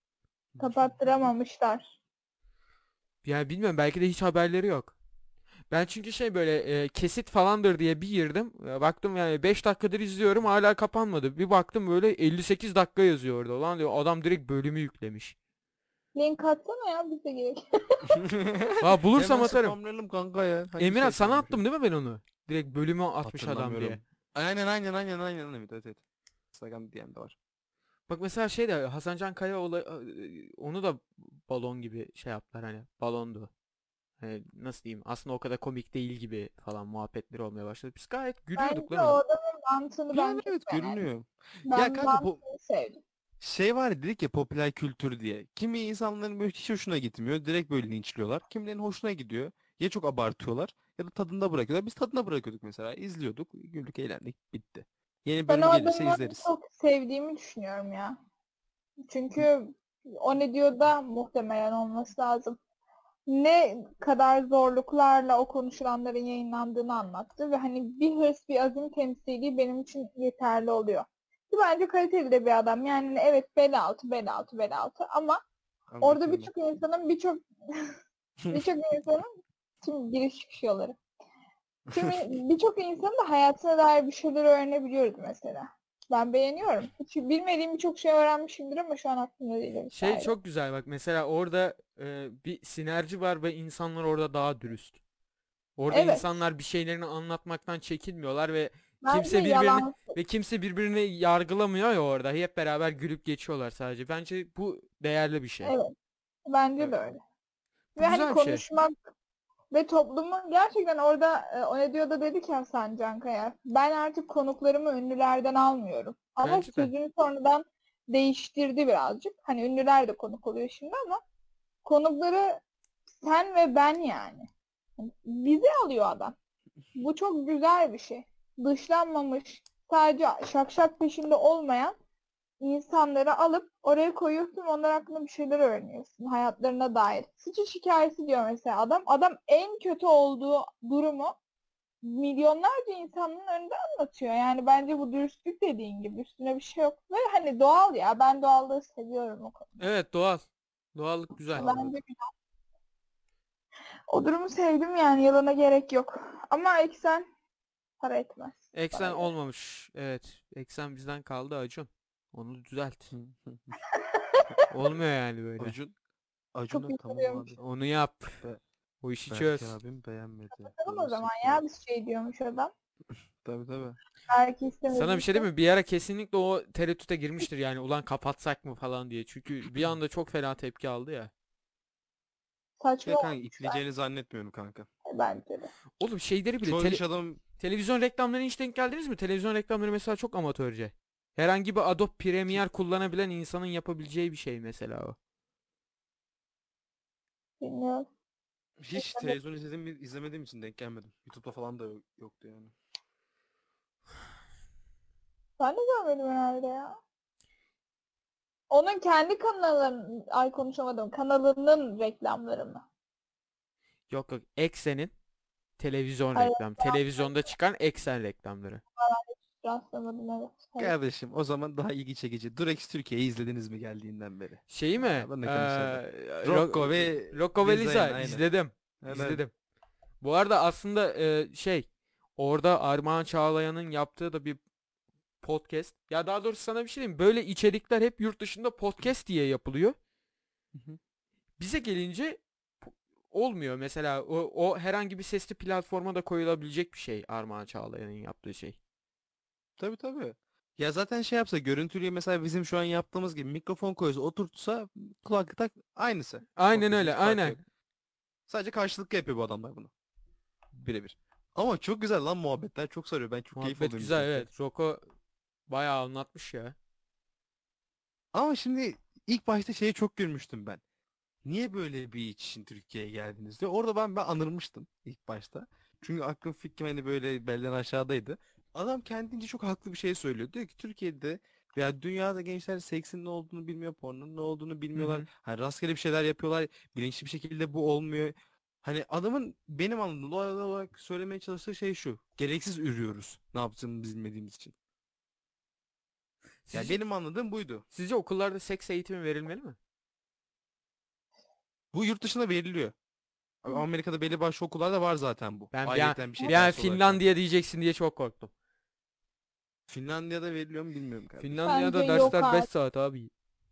Kapattıramamışlar. Yani bilmiyorum, belki de hiç haberleri yok. Ben çünkü şey böyle kesit falandır diye bir girdim. Baktım yani 5 dakikadır izliyorum, hala kapanmadı. Bir baktım böyle 58 dakika yazıyor orada. Ulan diyor, adam direkt bölümü yüklemiş. Link atsana ya, bize gerek. Ha, bulursam Hemen atarım. spamlayalım kanka ya. Hangi Emirhan, şey sana kalmış attım öyle? değil mi ben onu? Direkt bölümü atmış adam diye. Hatırlamıyorum. Aynen. Evet. Instagram DM'de var. Bak mesela şey de, Hasan Can Kaya onu da balon gibi şey yaptılar, hani balondu. Hani nasıl diyeyim, aslında o kadar komik değil gibi falan muhabbetleri olmaya başladı. Biz gayet gülüyorduk Bence lan o ona. adamın mantığını ben Yani çok evet beğendim. görünüyor. Ya Ben kanka mantığını sevdim. şey var ya, dedik ya popüler kültür diye. Kimi insanların böyle hiç hoşuna gitmiyor. Direkt böyle linçliyorlar. Kimilerinin hoşuna gidiyor. Ya çok abartıyorlar ya da tadında bırakıyorlar. Biz tadında bırakıyorduk mesela. İzliyorduk. Güldük, eğlendik. Bitti. Yeni Ben o bölüm gelirse adamı izleriz. çok sevdiğimi düşünüyorum ya. Çünkü o ne diyor da muhtemelen olması lazım. Ne kadar zorluklarla o konuşulanların yayınlandığını anlattı ve hani bir hırs, bir azim temsili benim için yeterli oluyor. Ki bence kaliteli de bir adam. Yani evet, bel altı, bel altı, bel altı, ama Ama orada mükemmel. birçok insanın tüm giriş çıkış yolları. Birçok insanın da hayatına dair bir şeyler öğrenebiliyoruz mesela. Ben beğeniyorum. Hiç bilmediğim birçok şey öğrenmişimdir ama şu an aklımda değil Şey vesaire. çok güzel, bak mesela orada bir sinerji var ve insanlar orada daha dürüst. Orada Evet. insanlar bir şeylerini anlatmaktan çekinmiyorlar ve Bence yalan. kimse birbirini yargılamıyor ya orada. Hep beraber gülüp geçiyorlar sadece. Bence bu değerli bir şey. Evet. Bence Evet. de öyle. Bu Ve hani güzel bir şey. konuşmak ve toplumu gerçekten orada o ne diyor da dedi ki Hasan Cankaya. Ben artık konuklarımı ünlülerden almıyorum. Ama Bence de. sözünü sonradan değiştirdi birazcık. Hani ünlüler de konuk oluyor şimdi ama konukları sen ve ben yani. Hani bizi alıyor adam. Bu çok güzel bir şey. Dışlanmamış, sadece şakşak peşinde olmayan insanları alıp oraya koyuyorsun, onlar hakkında bir şeyler öğreniyorsun hayatlarına dair. Sıçış hikayesi diyor mesela adam. Adam en kötü olduğu durumu milyonlarca insanın önünde anlatıyor. Yani bence bu dürüstlük, dediğin gibi üstüne bir şey yok. Ve hani doğal ya. Ben doğallığı seviyorum o konuda. Evet, doğal. Doğallık güzel. Doğal, evet. Bence o durumu sevdim yani, yalana gerek yok. Ama eksen para etmez Eksen bana göre. olmamış. Evet. Eksen bizden kaldı, Acun. Onu düzelt. Olmuyor yani böyle. Acun, Acun'a Çok tamam üzülüyormuş. abi. Onu yap. Be O işi Berk çöz. abim beğenmedi. Bakalım o Burası zaman ya, köy. bir şey diyormuş adam. Tabii. Belki Sana bir şey istemediyse. diyeyim mi? Bir ara kesinlikle o tereddüte girmiştir yani. Ulan kapatsak mı falan diye. Çünkü bir anda çok fena tepki aldı ya. Saçma Ya kanka olmuş itleyeceğini zannetmiyorum kanka. bence de. Ç- Oğlum şeyleri bile Çoğu iş adam televizyon reklamlarına hiç denk geldiniz mi? Televizyon reklamları mesela çok amatörce. Herhangi bir Adobe ki- Premiere kullanabilen insanın yapabileceği bir şey mesela o. Bilmiyorum. hiç televizyon izlemediğim için denk gelmedim. YouTube'da falan da yoktu yani. Ben de görmedim herhalde ya. Onun kendi kanalının, ay konuşamadım, kanalının reklamları mı? Yok yok, Eksen'in televizyon Hayır, reklam. Televizyonda çıkan Eksen reklamları. rastlamadım, evet. Hayır. Kardeşim o zaman daha ilgi çekici. Durex Türkiye'yi izlediniz mi geldiğinden beri? Şeyi mi? Ben de konuşalım. Ro Rocco ve Rocco ve Lisa Lisa aynen. izledim. Evet. İzledim. Bu arada aslında şey, orada Armağan Çağlayan'ın yaptığı da bir podcast. Ya daha doğrusu sana bir şey diyeyim. Böyle içerikler hep yurt dışında podcast diye yapılıyor. Hı hı. Bize gelince olmuyor. Mesela o herhangi bir sesli platforma da koyulabilecek bir şey, Armağan Çağlayan'ın yaptığı şey. Tabii. Ya zaten şey yapsa görüntülüyü mesela bizim şu an yaptığımız gibi mikrofon koysa oturtsa kulaklık tak aynısı. Aynen Podcast'ın öyle, hiç farkı aynen. yok. Sadece karşılıklı yapıyor bu adamlar bunu. Birebir. Ama çok güzel lan muhabbetler. Çok sarıyor. Ben çok keyif Muhabbet alıyorum güzel, izlerken. evet. Rocco bayağı anlatmış ya. Ama şimdi ilk başta şeye çok gülmüştüm ben. Niye böyle bir iş için Türkiye'ye geldiniz diyor. Orada ben anırmıştım ilk başta. Çünkü aklım fikrim hani böyle belden aşağıdaydı. Adam kendince çok haklı bir şey söylüyor. Diyor ki Türkiye'de veya dünyada gençler seksin ne olduğunu bilmiyor, pornonun ne olduğunu Hı bilmiyorlar. hı. Hani rastgele bir şeyler yapıyorlar. Bilinçli bir şekilde bu olmuyor. Hani adamın benim anladığım doğal olarak söylemeye çalıştığı şey şu. Gereksiz ürüyoruz. Ne yaptığımızı bilmediğimiz için. Ya Sizce, benim anladığım buydu. sizce okullarda seks eğitimi verilmeli mi? Bu yurt dışında veriliyor. Amerika'da belli başlı okullarda var zaten bu. Ben bir an, Ayrıyeten bir şey bir an dersi olaraktan. Finlandiya diyeceksin diye çok korktum. Finlandiya'da veriliyor mu bilmiyorum kardeşim. Bence Finlandiya'da yok dersler 5 artık. saat abi.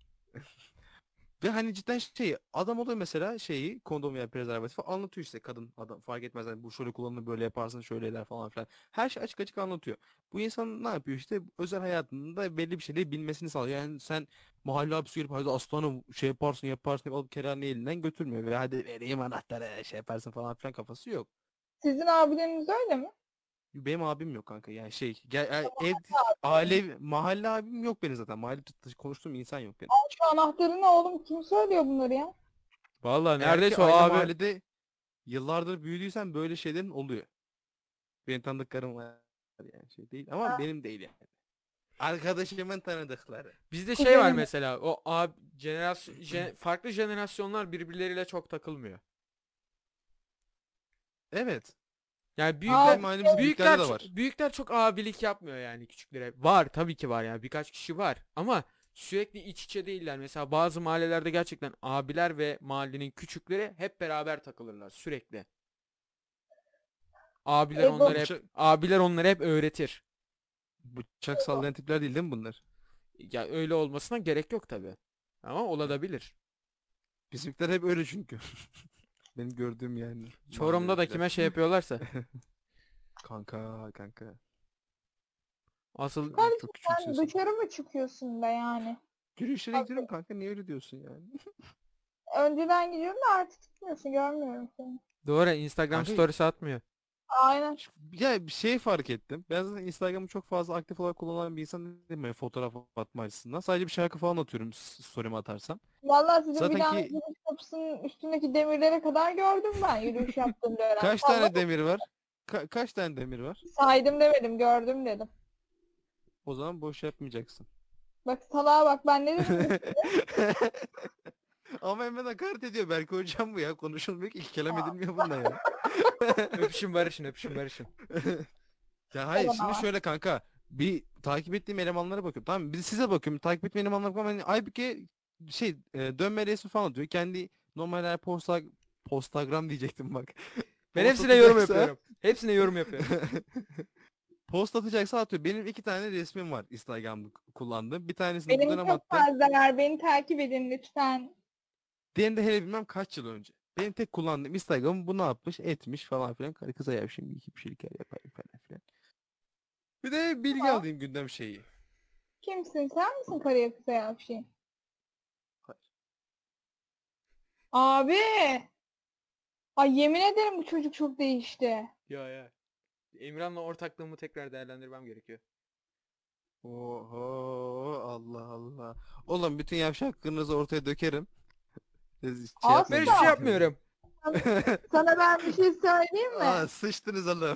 Ve hani cidden şey adam oluyor mesela şeyi kondom veya prezervatif anlatıyor işte kadın adam fark etmez hani bu şöyle kullanılır böyle yaparsın şöyle eder falan filan. Her şey açık açık anlatıyor. Bu insan ne yapıyor işte özel hayatında belli bir şeyleri bilmesini sağlıyor. Yani sen mahalle abisi gelip hadi aslanım şey yaparsın alıp kerane elinden götürmüyor. Ve hadi vereyim anahtarı şey yaparsın falan filan kafası yok. Sizin abileriniz öyle mi? Benim abim yok kanka yani şey ev aile mahalle abim yok benim zaten mahalle konuştuğum insan yok benim. Şu anahtarı ne oğlum? Kim söylüyor bunları ya? Vallahi Eğer ki neredeyse o aynı abi. mahallede yıllardır büyüdüysen böyle şeylerin oluyor. Benim tanıdıklarım var yani şey değil ama Ha, benim değil yani. Arkadaşımın tanıdıkları. Bizde şey var kuzenim. mesela, o abi farklı jenerasyonlar birbirleriyle çok takılmıyor. Evet. Yani Bizim Abi, ailemizde büyüklerde de var. büyükler çok abilik yapmıyor yani küçüklere. Var tabii ki var yani, birkaç kişi var ama sürekli iç içe değiller. Mesela bazı mahallelerde gerçekten abiler ve mahallenin küçükleri hep beraber takılırlar sürekli. ego. Abiler onları hep öğretir. Bıçak sallayan tipler değil mi bunlar? Ya öyle olmasına gerek yok tabii. Ama olabilir. Bizimkiler hep öyle çünkü. Benim gördüğüm yani Çorum'da da mahalledekiler. kime şey yapıyorlarsa. Kanka. Asıl Çok Kardeşim sen küçümsüyorsun. dışarı mı çıkıyorsun da yani? Yürüyüşlere gidiyorum kanka niye öyle diyorsun yani? Önceden gidiyorum da artık gitmiyorsun. Görmüyorum seni. doğru, Instagram Kanka stories atmıyor. Aynen. ya bir şey fark ettim. Ben zaten Instagram'ı çok fazla aktif olarak kullanan bir insan değilim. Yani fotoğraf atma açısından. Sadece bir şarkı falan atıyorum story'ime atarsam. Vallahi sizin Zaten binanın ki giriş kapısının üstündeki demirlere kadar gördüm ben yürüyüş yaptığım dönem. kaç Fazla tane demir var? Kaç tane demir var? saydım demedim, gördüm dedim. O zaman boş yapmayacaksın. Bak salağa bak, ben ne dedim? Ama hemen hakaret ediyor. Belki hocam bu ya. Konuşulmuyor ki. İki kelam edilmiyor bunda ya. Öpüşün barışın, öpüşün barışın. Ya hayır Yalan şimdi ama. şöyle kanka. Bir takip ettiğim elemanlara bakıyorum. Tamam mı? Bir de size bakıyorum. Takip ettiğim elemanlara bakıyorum. Hani Aybüke şey dönme resmi falan atıyor. Kendi normal her postagram diyecektim bak. Ben Post hepsine yorum atacaksa yapıyorum. Hepsine yorum yapıyorum. post atacaksa atıyor. Benim iki tane resmim var Instagram'da kullandığım. Bir tanesini bu Benim dönem çok attım. fazla var. Beni takip edin lütfen. Diğerini de hele bilmem kaç yıl önce. Benim tek kullandığım Instagram bu ne yapmış etmiş falan filan. Karı kıza ya şimdi iki bir şeyler yapayım falan filan. Bir de bilgi Tamam. alayım gündem şeyi. Kimsin? Sen misin karıya kıza yavşayım? Hayır. Abi. Ay yemin ederim bu çocuk çok değişti. Ya. Emirhan'la ortaklığımı tekrar değerlendirmem gerekiyor. Oho Allah Allah. Oğlum bütün yavşaklığınızı ortaya dökerim. Siz şey Ben yapmayın hiçbir şey Asla. yani. yapmıyorum. Sana ben bir şey söyleyeyim Aa, mi? sıçtınız oğlum.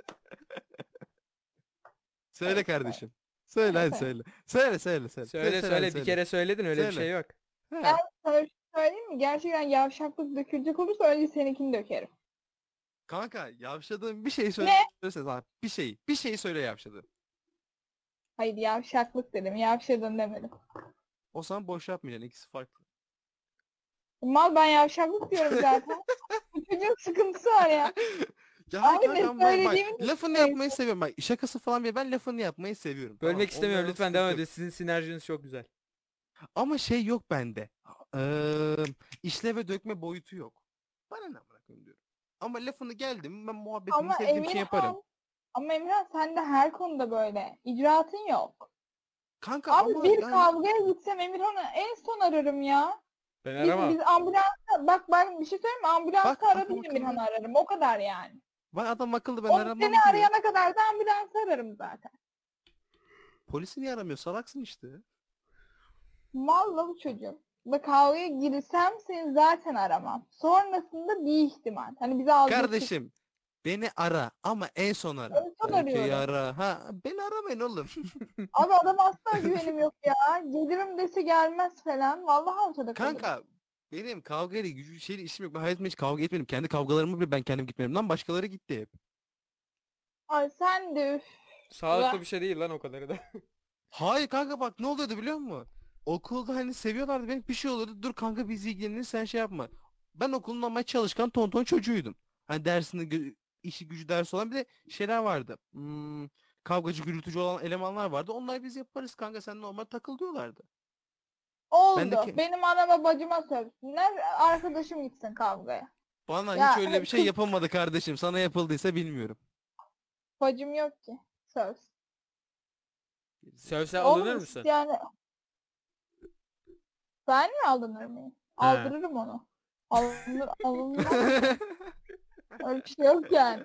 Söyle kardeşim. Söyle hadi Neyse. söyle. Söyle. Söyle Söyle hadi söyle, bir söyle. kere söyledin, öyle bir şey Söyle. yok. Ben He. sana bir şey söyleyeyim mi? Gerçekten yavşaklık dökülecek olursa önce seninkini dökerim. Kanka yavşadığın bir şey Ne? söylesene sana. Bir şey. Bir şey söyle yavşadığın. Hayır, yavşaklık dedim. Yavşadın demedim. O zaman boş yapmayacaksın. İkisi farklı. Mal, ben yavşaklık diyorum zaten. Bu çocuğun sıkıntısı var ya. Ya hayır Abi kanka ne ama bak söylediğimi lafını düşünmeyin. yapmayı seviyorum. Bak şakası falan bile ben lafını yapmayı seviyorum. Tamam Bölmek mı? Onda istemiyorum, yana lütfen devam sıkıntı yok. edin. Sizin sinerjiniz çok güzel. Ama şey yok bende. Eee işle ve dökme boyutu yok. Bana ne bırakın diyorum. Ama lafını geldim ben muhabbetimi Ama sevdiğim için yaparım. Emirhan sen de her konuda böyle. İcraatın yok. Kanka Abi ama bir yani kavgaya gitsem Emirhan'ı en son ararım ya. Ben Biz aramam. ambulansa bak ben bir şey söyleyeyim mi? bak Ambulansı adam aradım, akıllı. Emirhan'ı ararım. O kadar yani. Bak adam akıllı ben Onu seni aramam diyor. arayana kadar da ambulansı ararım zaten. Polisi niye aramıyor? Salaksın işte. Mal la bu çocuğum. Bak kavgaya girsem seni zaten aramam. Sonrasında bir ihtimal. Hani bizi aldatacak. Kardeşim Beni ara ama en son ara. En son Aybüke'yi arıyorum. ara. Ha, beni aramayın oğlum. Abi adam asla güvenim yok ya. Gelirim dese gelmez falan. Vallahi ortada kalırım. Kanka benim kavgayla şeyle işim yok. Ben hayatımda hiç kavga etmedim. Kendi kavgalarımı bile ben kendim gitmedim. Lan başkaları gitti hep. Ay sen de üf. Sağlıklı bir şey değil lan o kadarı da. Hayır kanka bak ne oluyordu biliyor musun? Okulda hani seviyorlardı beni bir şey oluyordu. Dur kanka biz ilgileniriz sen şey yapma. Ben okulun ama çalışkan tonton çocuğuydum. Hani dersinde işi gücü dersi olan bir de şeyler vardı. Kavgacı gürültücü olan elemanlar vardı. Onlar biz yaparız kanka sen normal takıl diyorlardı. Ben de Oldu. ki Benim anama bacıma sövsünler. Arkadaşım gitsin kavgaya. bana hiç Ya öyle bir şey kız yapılmadı kardeşim. Sana yapıldıysa bilmiyorum. bacım yok ki. Sövsün. Sövse alınır Oğlum mısın? yani ben mi alınır mıyım? He. Aldırırım onu. Alınmaz mı? Öyle bir şey yok yani.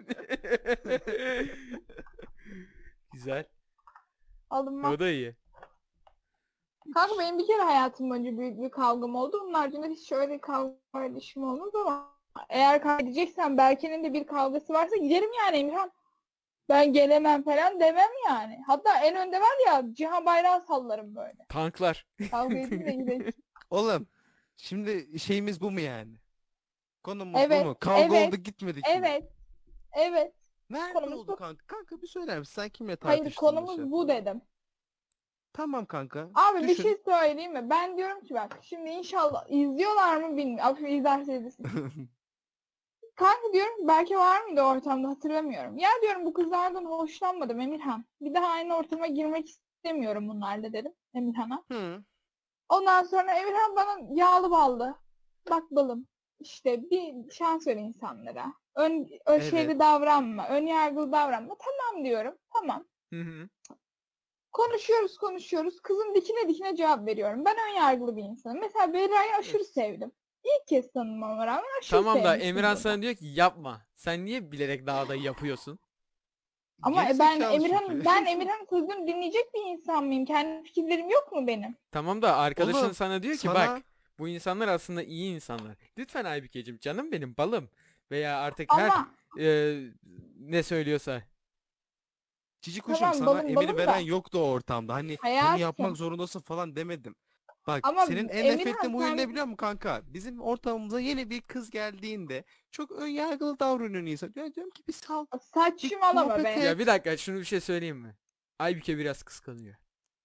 Güzel. Alınmaz. O da iyi. Kanka benim bir kere hayatım boyunca büyük bir kavgam oldu. Onun haricinde hiç öyle kavga ilişkim olmaz ama eğer kavga edeceksen Berke'nin de bir kavgası varsa giderim yani Emirhan. Ben gelemem falan demem yani. Hatta en önde var ya Cihan Bayrağı sallarım böyle. Tanklar. Kavga edin de gidelim. Oğlum şimdi şeyimiz bu mu yani? Konumuz bu Evet, mu? Kavga oldu evet, gitmedik mi? evet, evet. Nerede Konumuz oldu bu. kanka? Kanka bir söyler misin? Sen kimle Hayır tartıştın da şey konumuz bu yaptın? dedim. Tamam kanka. Abi bir Düşün. şey söyleyeyim mi? Ben diyorum ki bak şimdi inşallah izliyorlar mı bilmiyorum. Abi izlerse izlesin. Kanka diyorum belki var mıydı o ortamda hatırlamıyorum. Ya diyorum bu kızlardan hoşlanmadım Emirhan. Bir daha aynı ortama girmek istemiyorum bunlarla dedim Emirhan'a. Hı. Ondan sonra Emirhan bana yağlı ballı. Bak balım. İşte bir şans ver insanlara. Evet. Şeyli davranma. Ön yargılı davranma. Tamam diyorum. Tamam. Hı hı. Konuşuyoruz konuşuyoruz. Kızın dikine dikine cevap veriyorum. Ben ön yargılı bir insanım. Mesela Berra'yı aşırı Yes. sevdim. İlk kez tanımama rağmen aşırı Tamam da sevmiştim Emirhan burada. sana diyor ki yapma. Sen niye bilerek daha da yapıyorsun? Ama Geri ben zekalı çünkü. Emirhan'ın sözünü dinleyecek bir insan mıyım? Kendi fikirlerim yok mu benim? Tamam da arkadaşın Oğlum sana diyor ki bak sana bu insanlar aslında iyi insanlar. Lütfen Aybükeciğim canım benim balım. Veya artık her Ama e, ne söylüyorsa. cici kuşum tamam sana balım emir balım veren da yoktu o ortamda. Hani bunu yapmak hayatım. zorundasın falan demedim. Bak Ama senin en nefret Emirhan ettiğin huyun ne sen biliyor musun kanka? Bizim ortamımıza yeni bir kız geldiğinde çok ön yargılı davranıyor insan. Ya diyorum ki bir sal, bir saçmalama muhabbet be. Ya bir et. dakika şunu bir şey söyleyeyim mi? Aybüke biraz kıskanıyor.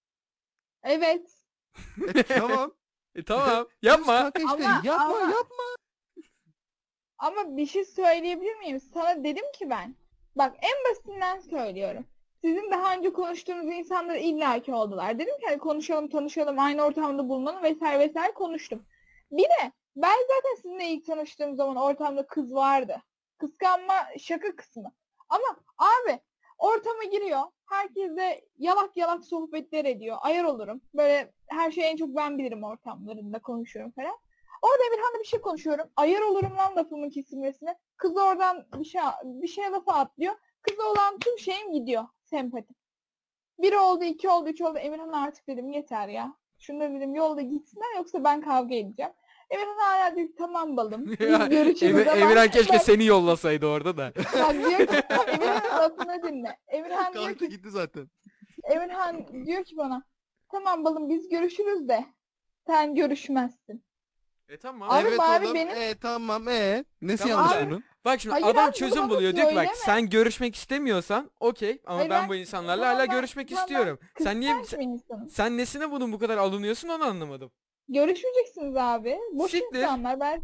Evet. Tamam. Tamam Düz yapma. kanka işte Ama yapma ama yapma. ama bir şey söyleyebilir miyim? Sana dedim ki ben. Bak en basitinden söylüyorum. Sizin daha önce konuştuğunuz insanlar illaki oldular. Dedim ki hani konuşalım tanışalım aynı ortamda bulunalım vesaire vesaire konuştum. Bir de ben zaten sizinle ilk tanıştığım zaman ortamda kız vardı. Kıskanma şaka kısmı. Ama abi ortama giriyor. Herkese yalak yalak sohbetler ediyor. Ayar olurum. Böyle her şeyi en çok ben bilirim ortamlarında konuşuyorum falan. Orada Emirhan'la bir şey konuşuyorum. Ayar olurum lan lafımın kesilmesine. Kız oradan bir şey lafa atlıyor. Kıza olan tüm şeyim gidiyor. Sempati. Bir oldu, iki oldu, üç oldu. Emirhan artık dedim yeter ya. Şunları dedim yolda gitsinler yoksa ben kavga edeceğim. Emirhan hala diyor ki tamam balım. Ya, Biz görüşürüz ama Emirhan keşke bak, seni yollasaydı orada da. bak diyor ki Emirhan'ın lafını dinle. Kalktı gitti zaten. Emirhan diyor ki bana tamam balım biz görüşürüz de sen görüşmezsin. Tamam. Abi Evet bari oğlum. benim Tamam. Nesi Tamam yanlış da abi bunun? bak şimdi hayır adam abi bunu çözüm bana buluyor. Diyor ki bak söyleme. sen görüşmek istemiyorsan okey ama Hayır ben ben bu insanlarla hala tamam görüşmek tamam ben istiyorum. Sen niye kıskanç bir insanım. sen nesine bunun bu kadar alınıyorsun onu anlamadım. Görüşmeyeceksiniz abi. Boş Siktir. insanlar. Ben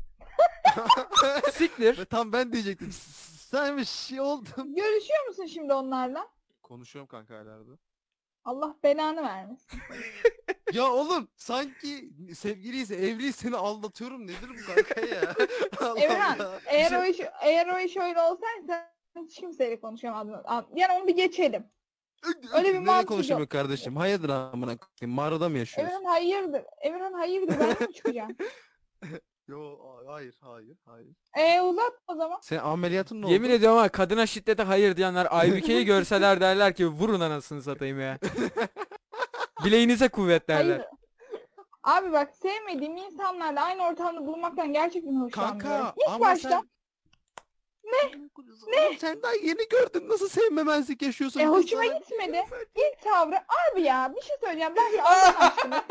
Ve Siktir. tam ben diyecektim. Sen bir şey oldum. görüşüyor musun şimdi onlarla? Konuşuyorum kanka hala arada. Allah belanı vermesin. Ya oğlum sanki sevgiliyiz evliyiz seni aldatıyorum nedir bu kanka ya? Allah Emirhan Allah. eğer o iş öyle olsaydı sen hiç kimseyle konuşamazdın. Yani onu bir geçelim. Öyle bir Nereye mantık yok. konuşamıyor kardeşim? Hayırdır amına koyayım? Mağarada mı yaşıyoruz? Emirhan hayırdır? Emirhan hayırdır? Ben mi çıkacağım? Yo hayır. Uzat o zaman. Senin ameliyatın ne Yemin oldu? ediyorum ama kadına şiddete hayır diyenler Aybüke'yi görseler derler ki vurun anasını satayım ya. Bileğinize kuvvet Hayır. derler. Abi bak sevmediğim insanlarla aynı ortamda bulunmaktan gerçekten hoşlanmıyorum. Kanka İlk ama başta sen Oğlum sen daha yeni gördün nasıl sevmemezlik yaşıyorsun. Kız Hoşuma sana- gitmedi. İlk tavrı abi ya bir şey söyleyeceğim. Ben de Allah'ın aşkına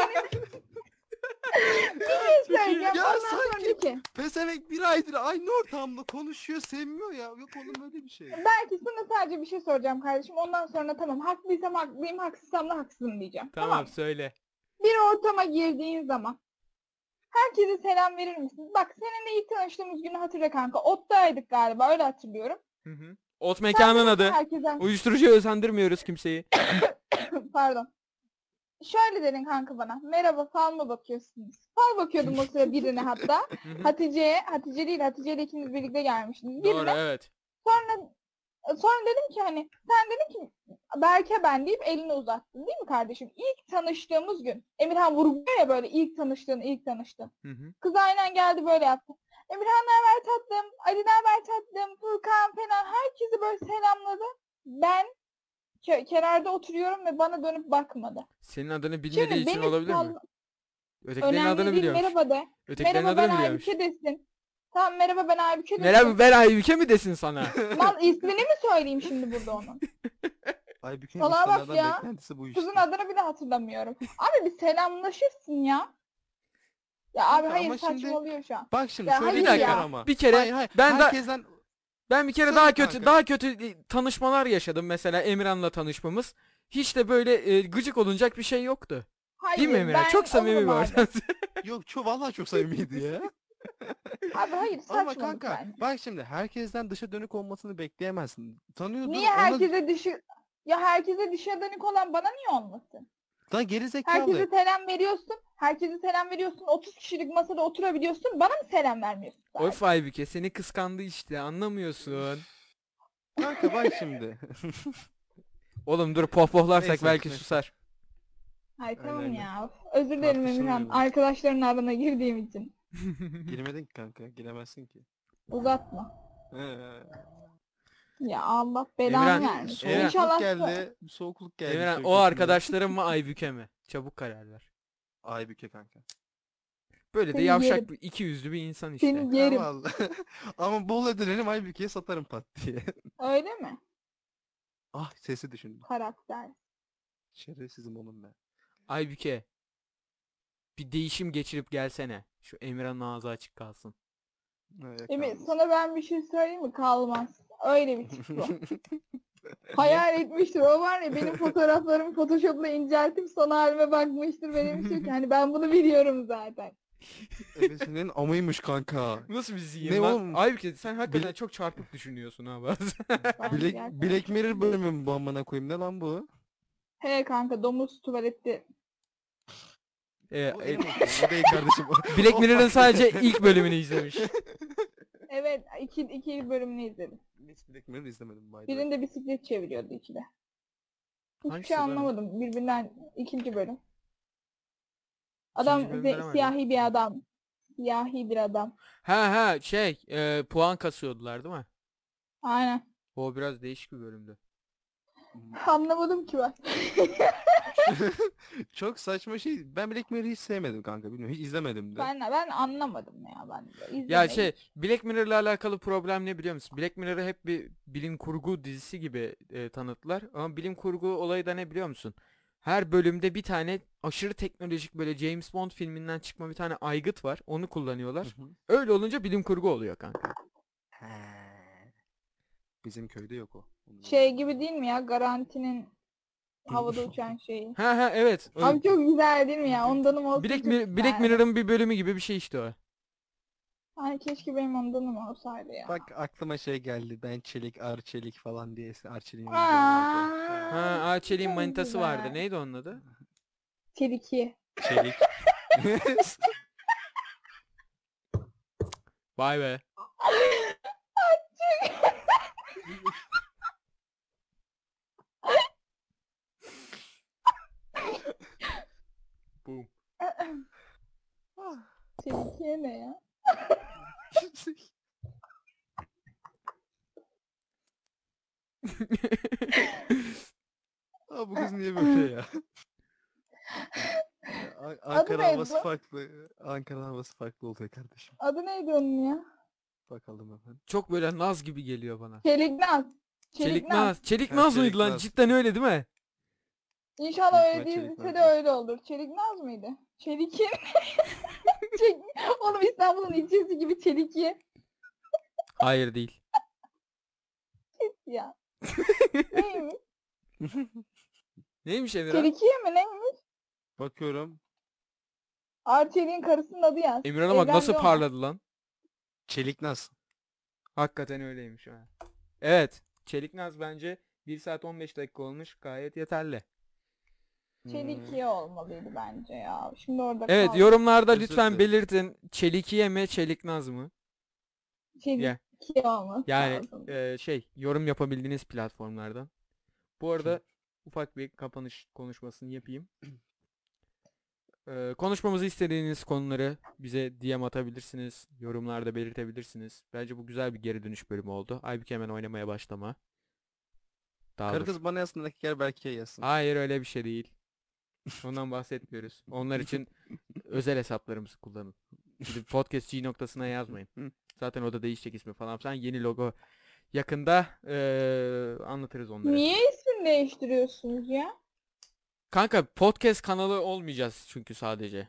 bir şey söyleyeceğim. Ya Ondan sonra sanki- de ki Pezevenk bir aydır aynı ortamda konuşuyor sevmiyor ya. Yok oğlum öyle bir şey. belki sana sadece bir şey soracağım kardeşim. Ondan sonra tamam haklıysam haklıyım, haksızsam da haksızım diyeceğim. Tamam söyle. Bir ortama girdiğin zaman herkese selam verir misin? Bak seninle ilk tanıştığımız günü hatırla kanka. Ottaydık galiba öyle hatırlıyorum. Hı hı. Ot mekanın adı. Herkese Uyuşturucuya özendırmıyoruz kimseyi. pardon. Şöyle dedin kanka bana. Merhaba fal mı bakıyorsunuz? Fal bakıyordum o sıra birine hatta. Hı hı. Hatice değil Hatice ile ikiniz birlikte gelmiştiniz. Doğru Birine. evet. Sonra dedim ki hani sen dedin ki Berke ben deyip elini uzattın değil mi kardeşim? İlk tanıştığımız gün. Emirhan vurguluyor ya böyle ilk tanıştın. Hı hı. Kız aynen geldi böyle yaptı. Emirhan ne haber tatlım? Ali ne haber tatlım? Furkan falan herkesi böyle selamladı. Ben kenarda oturuyorum ve bana dönüp bakmadı. Senin adını bilmediği için beni olabilir mi? Ötekilerin önemli adını değil biliyormuş. merhaba de. Ötekilerin Merhaba ben adını biliyormuş. Aybüke desin. Tamam merhaba ben Aybüke desin. Merhaba ben Aybüke mi desin sana? Mal ismini mi söyleyeyim şimdi burada onun? Aybüke'nin Salağa bak insanlardan ya. beklentisi bu işte. Kızın adını bile hatırlamıyorum. Abi bir selamlaşırsın ya. Ya abi Kanka hayır ama şimdi- saçmalıyor şu an. Bak şimdi Ya şöyle hayır bir şey ya. var ama. Bir kere Hayır, ben de- herkesten Ben bir kere Söyle daha kanka. kötü tanışmalar yaşadım mesela Emirhan'la tanışmamız. Hiç de böyle gıcık olunacak bir şey yoktu. Hayır Değil mi Emirhan? ben Çok samimi bir olurum abi. ortam. yok vallahi çok samimiydi ya. Abi hayır Ama saçmalık kanka bence. bak şimdi herkesten dışa dönük olmasını bekleyemezsin. Tanıyordur Niye ona herkese herkese dışa dönük olan bana niye olmasın? da geri zekalı. Herkese selam veriyorsun. Herkese selam veriyorsun. 30 kişilik masada oturabiliyorsun. Bana mı selam vermiyorsun? sadece? Of Aybüke seni kıskandı işte anlamıyorsun. Kanka bak şimdi. Oğlum dur pohpohlarsak Neyse, belki neyse. susar. Ay tamam Aynen. ya. Özür dilerim Tartışılmıyor Emirhan. bu. Arkadaşların arasına girdiğim için. Girmedin ki kanka giremezsin ki. Uzatma. Ee, Ya Allah belanı Emirhan, vermiş. Emirhan. İnşallah soğukluk geldi. Emirhan köy o köşesine. arkadaşların mı Aybüke mi? Çabuk karar ver. Aybüke kanka. Böyle de Seni yavşak yerim. iki yüzlü bir insan işte. seni Ya yerim. vallahi. Ama bol ödülenim Aybüke'ye satarım pat diye. Öyle mi? Ah sesi düşündüm. Karakter. Şerefsizim oğlum ben. Aybüke bir değişim geçirip gelsene. Şu Emirhan'ın ağzı açık kalsın. Emir sana ben bir şey söyleyeyim mi? Kalmaz. Öyle bir tip bu. Hayal etmiştir. O var ya benim fotoğraflarımı Photoshop'la inceltip son halime bakmıştır. Benim şey ki hani ben bunu biliyorum zaten. Ebesinin amıymış kanka. Bu nasıl bir zihin Ne lan? oğlum? Aybüke sen hakikaten çok çarpık düşünüyorsun ha bazen. Ben Black, gerçekten- Black Mirror bölümü mü bu amına koyayım ne lan bu? He kanka domuz tuvalette. Ee, Bu e, benim okudum, o değil kardeşim. Black Mirror'ın sadece ilk bölümünü izlemiş. Evet iki bölümünü izledim. Hiç Black Mirror izlemedim by the way. Birinde bisiklet çeviriyordu ikide. Hiçbir Hangisi şey lan? anlamadım. Birbirinden ikinci bölüm. İkinci Adam bölüm veremedim. siyahi bir adam. Siyahi bir adam. Ha puan kasıyordular değil mi? Aynen. O biraz değişik bir bölümdü. Anlamadım ki ben. Çok saçma şey. Ben Black Mirror'ı hiç sevmedim kanka. Bilmiyorum. Hiç izlemedim de. Ben anlamadım ya ben de. Ya İzlemeyi. Black Mirror'la alakalı problem ne biliyor musun? Black Mirror'ı hep bir bilim kurgu dizisi gibi tanıttılar. Ama bilim kurgu olayı da ne biliyor musun? Her bölümde bir tane aşırı teknolojik böyle James Bond filminden çıkma bir tane aygıt var. Onu kullanıyorlar. Hı hı. Öyle olunca bilim kurgu oluyor kanka. He. Bizim köyde yok o. Şey gibi değil mi ya? Garantinin havada uçan şeyi. Ha evet. Öyle- Abi çok güzel değil mi ya? Ondanım olsa Black, çok Black güzel. Mirror'ın bir bölümü gibi bir şey işte o. Ay keşke benim ondanım olsaydı ya. Bak aklıma şey geldi. Ben Çelik, Arçelik falan diye. Arçelik'in Aa, Ha Arçelik'in çok manitası vardı. güzel. Neydi onun adı? Tilki. Çelik. Vay be. Boom. Tilkiye ne ya? Aa, bu kız niye böyle ya? Ankara neydi havası bu? farklı. Ankara havası farklı oluyor kardeşim. Adı neydi onun ya? Bakalım hemen. Çok böyle naz gibi geliyor bana. Çeliknaz. Çeliknaz. Çelik Ha, naz mıydı lan? Çeliknaz. Cidden öyle değil mi? İnşallah Büyük öyle ihtimal değilse Çeliknaz de var. öyle olur. Çeliknaz mıydı? Çelikin. Çek... Oğlum İstanbul'un ilçesi gibi Çelikiye. Hayır değil. Ya. Neymiş? Neymiş Emirhan? Çelikiye mi neymiş? Bakıyorum. Arçelik'in karısının adı yaz. Emirhan'a bak nasıl Evlendi onlar. parladı lan. Çeliknaz. Hakikaten öyleymiş ha. Evet. Çeliknaz bence 1 saat 15 dakika olmuş. Gayet yeterli. Çelikiye olmalıydı bence ya. Şimdi orada Evet, kaldım. yorumlarda Özür lütfen dilerim. belirtin. Çelikiye mi, Çeliknaz mı? Ya, Çelikiye olması yani lazım. yorum yapabildiğiniz platformlardan. Bu arada ufak bir kapanış konuşmasını yapayım. Konuşmamızı istediğiniz konuları bize DM atabilirsiniz. Yorumlarda belirtebilirsiniz. Bence bu güzel bir geri dönüş bölümü oldu. Aybüke hemen oynamaya başlama. Daha Karı dur. kız bana yazsın, erkekler Berke'ye yazsın. Hayır, öyle bir şey değil. Ondan bahsetmiyoruz. Onlar için özel hesaplarımızı kullanın. Gidip podcastg noktasına yazmayın. Zaten o da değişecek ismi falan. Sen yeni logo yakında anlatırız onları. Niye ismini değiştiriyorsunuz ya? Kanka podcast kanalı olmayacağız çünkü sadece.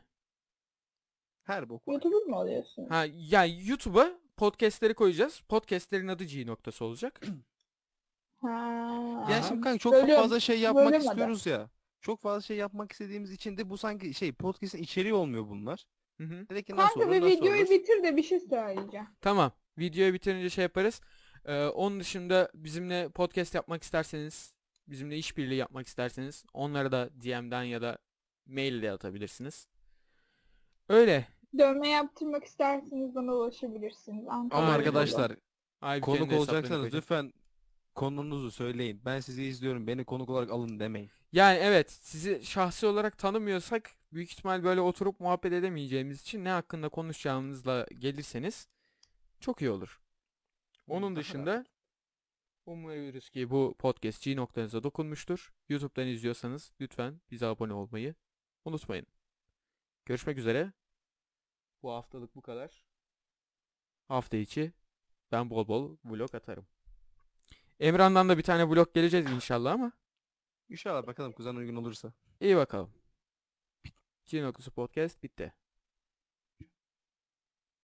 Her bok var. YouTuber mu oluyorsunuz? Ha, yani YouTube'a podcastleri koyacağız. Podcastlerin adı G noktası olacak. Ha. Ya Aha. şimdi kanka çok Bölüm. fazla şey yapmak Bölüm adı. istiyoruz ya. Çok fazla şey yapmak istediğimiz için de bu sanki podcast'in içeriği olmuyor bunlar. Hı hı. Dedik ki nasıl Kanka olur, bir nasıl videoyu olur? bitir de bir şey söyleyeceğim. Tamam. Videoyu bitirince şey yaparız. Onun dışında bizimle podcast yapmak isterseniz, bizimle işbirliği yapmak isterseniz onları da DM'den ya da mail ile atabilirsiniz. Öyle. Dövme yaptırmak isterseniz bana ulaşabilirsiniz. Ankara Ama Aynen öyle. arkadaşlar Aybüke'nin konuk de hesaplarını olacaksanız koyacağım. lütfen konunuzu söyleyin. Ben sizi izliyorum. Beni konuk olarak alın demeyin. Yani evet, sizi şahsi olarak tanımıyorsak büyük ihtimal böyle oturup muhabbet edemeyeceğimiz için ne hakkında konuşacağımızla gelirseniz çok iyi olur. Onun Daha dışında rahat. umuyoruz ki bu podcast G noktanıza dokunmuştur. YouTube'dan izliyorsanız lütfen bize abone olmayı unutmayın. Görüşmek üzere. Bu haftalık bu kadar. Hafta içi ben bol bol vlog atarım. Emran'dan da bir tane vlog geleceğiz inşallah ama İnşallah bakalım kuzen uygun olursa. iyi bakalım. G noktası podcast bitti.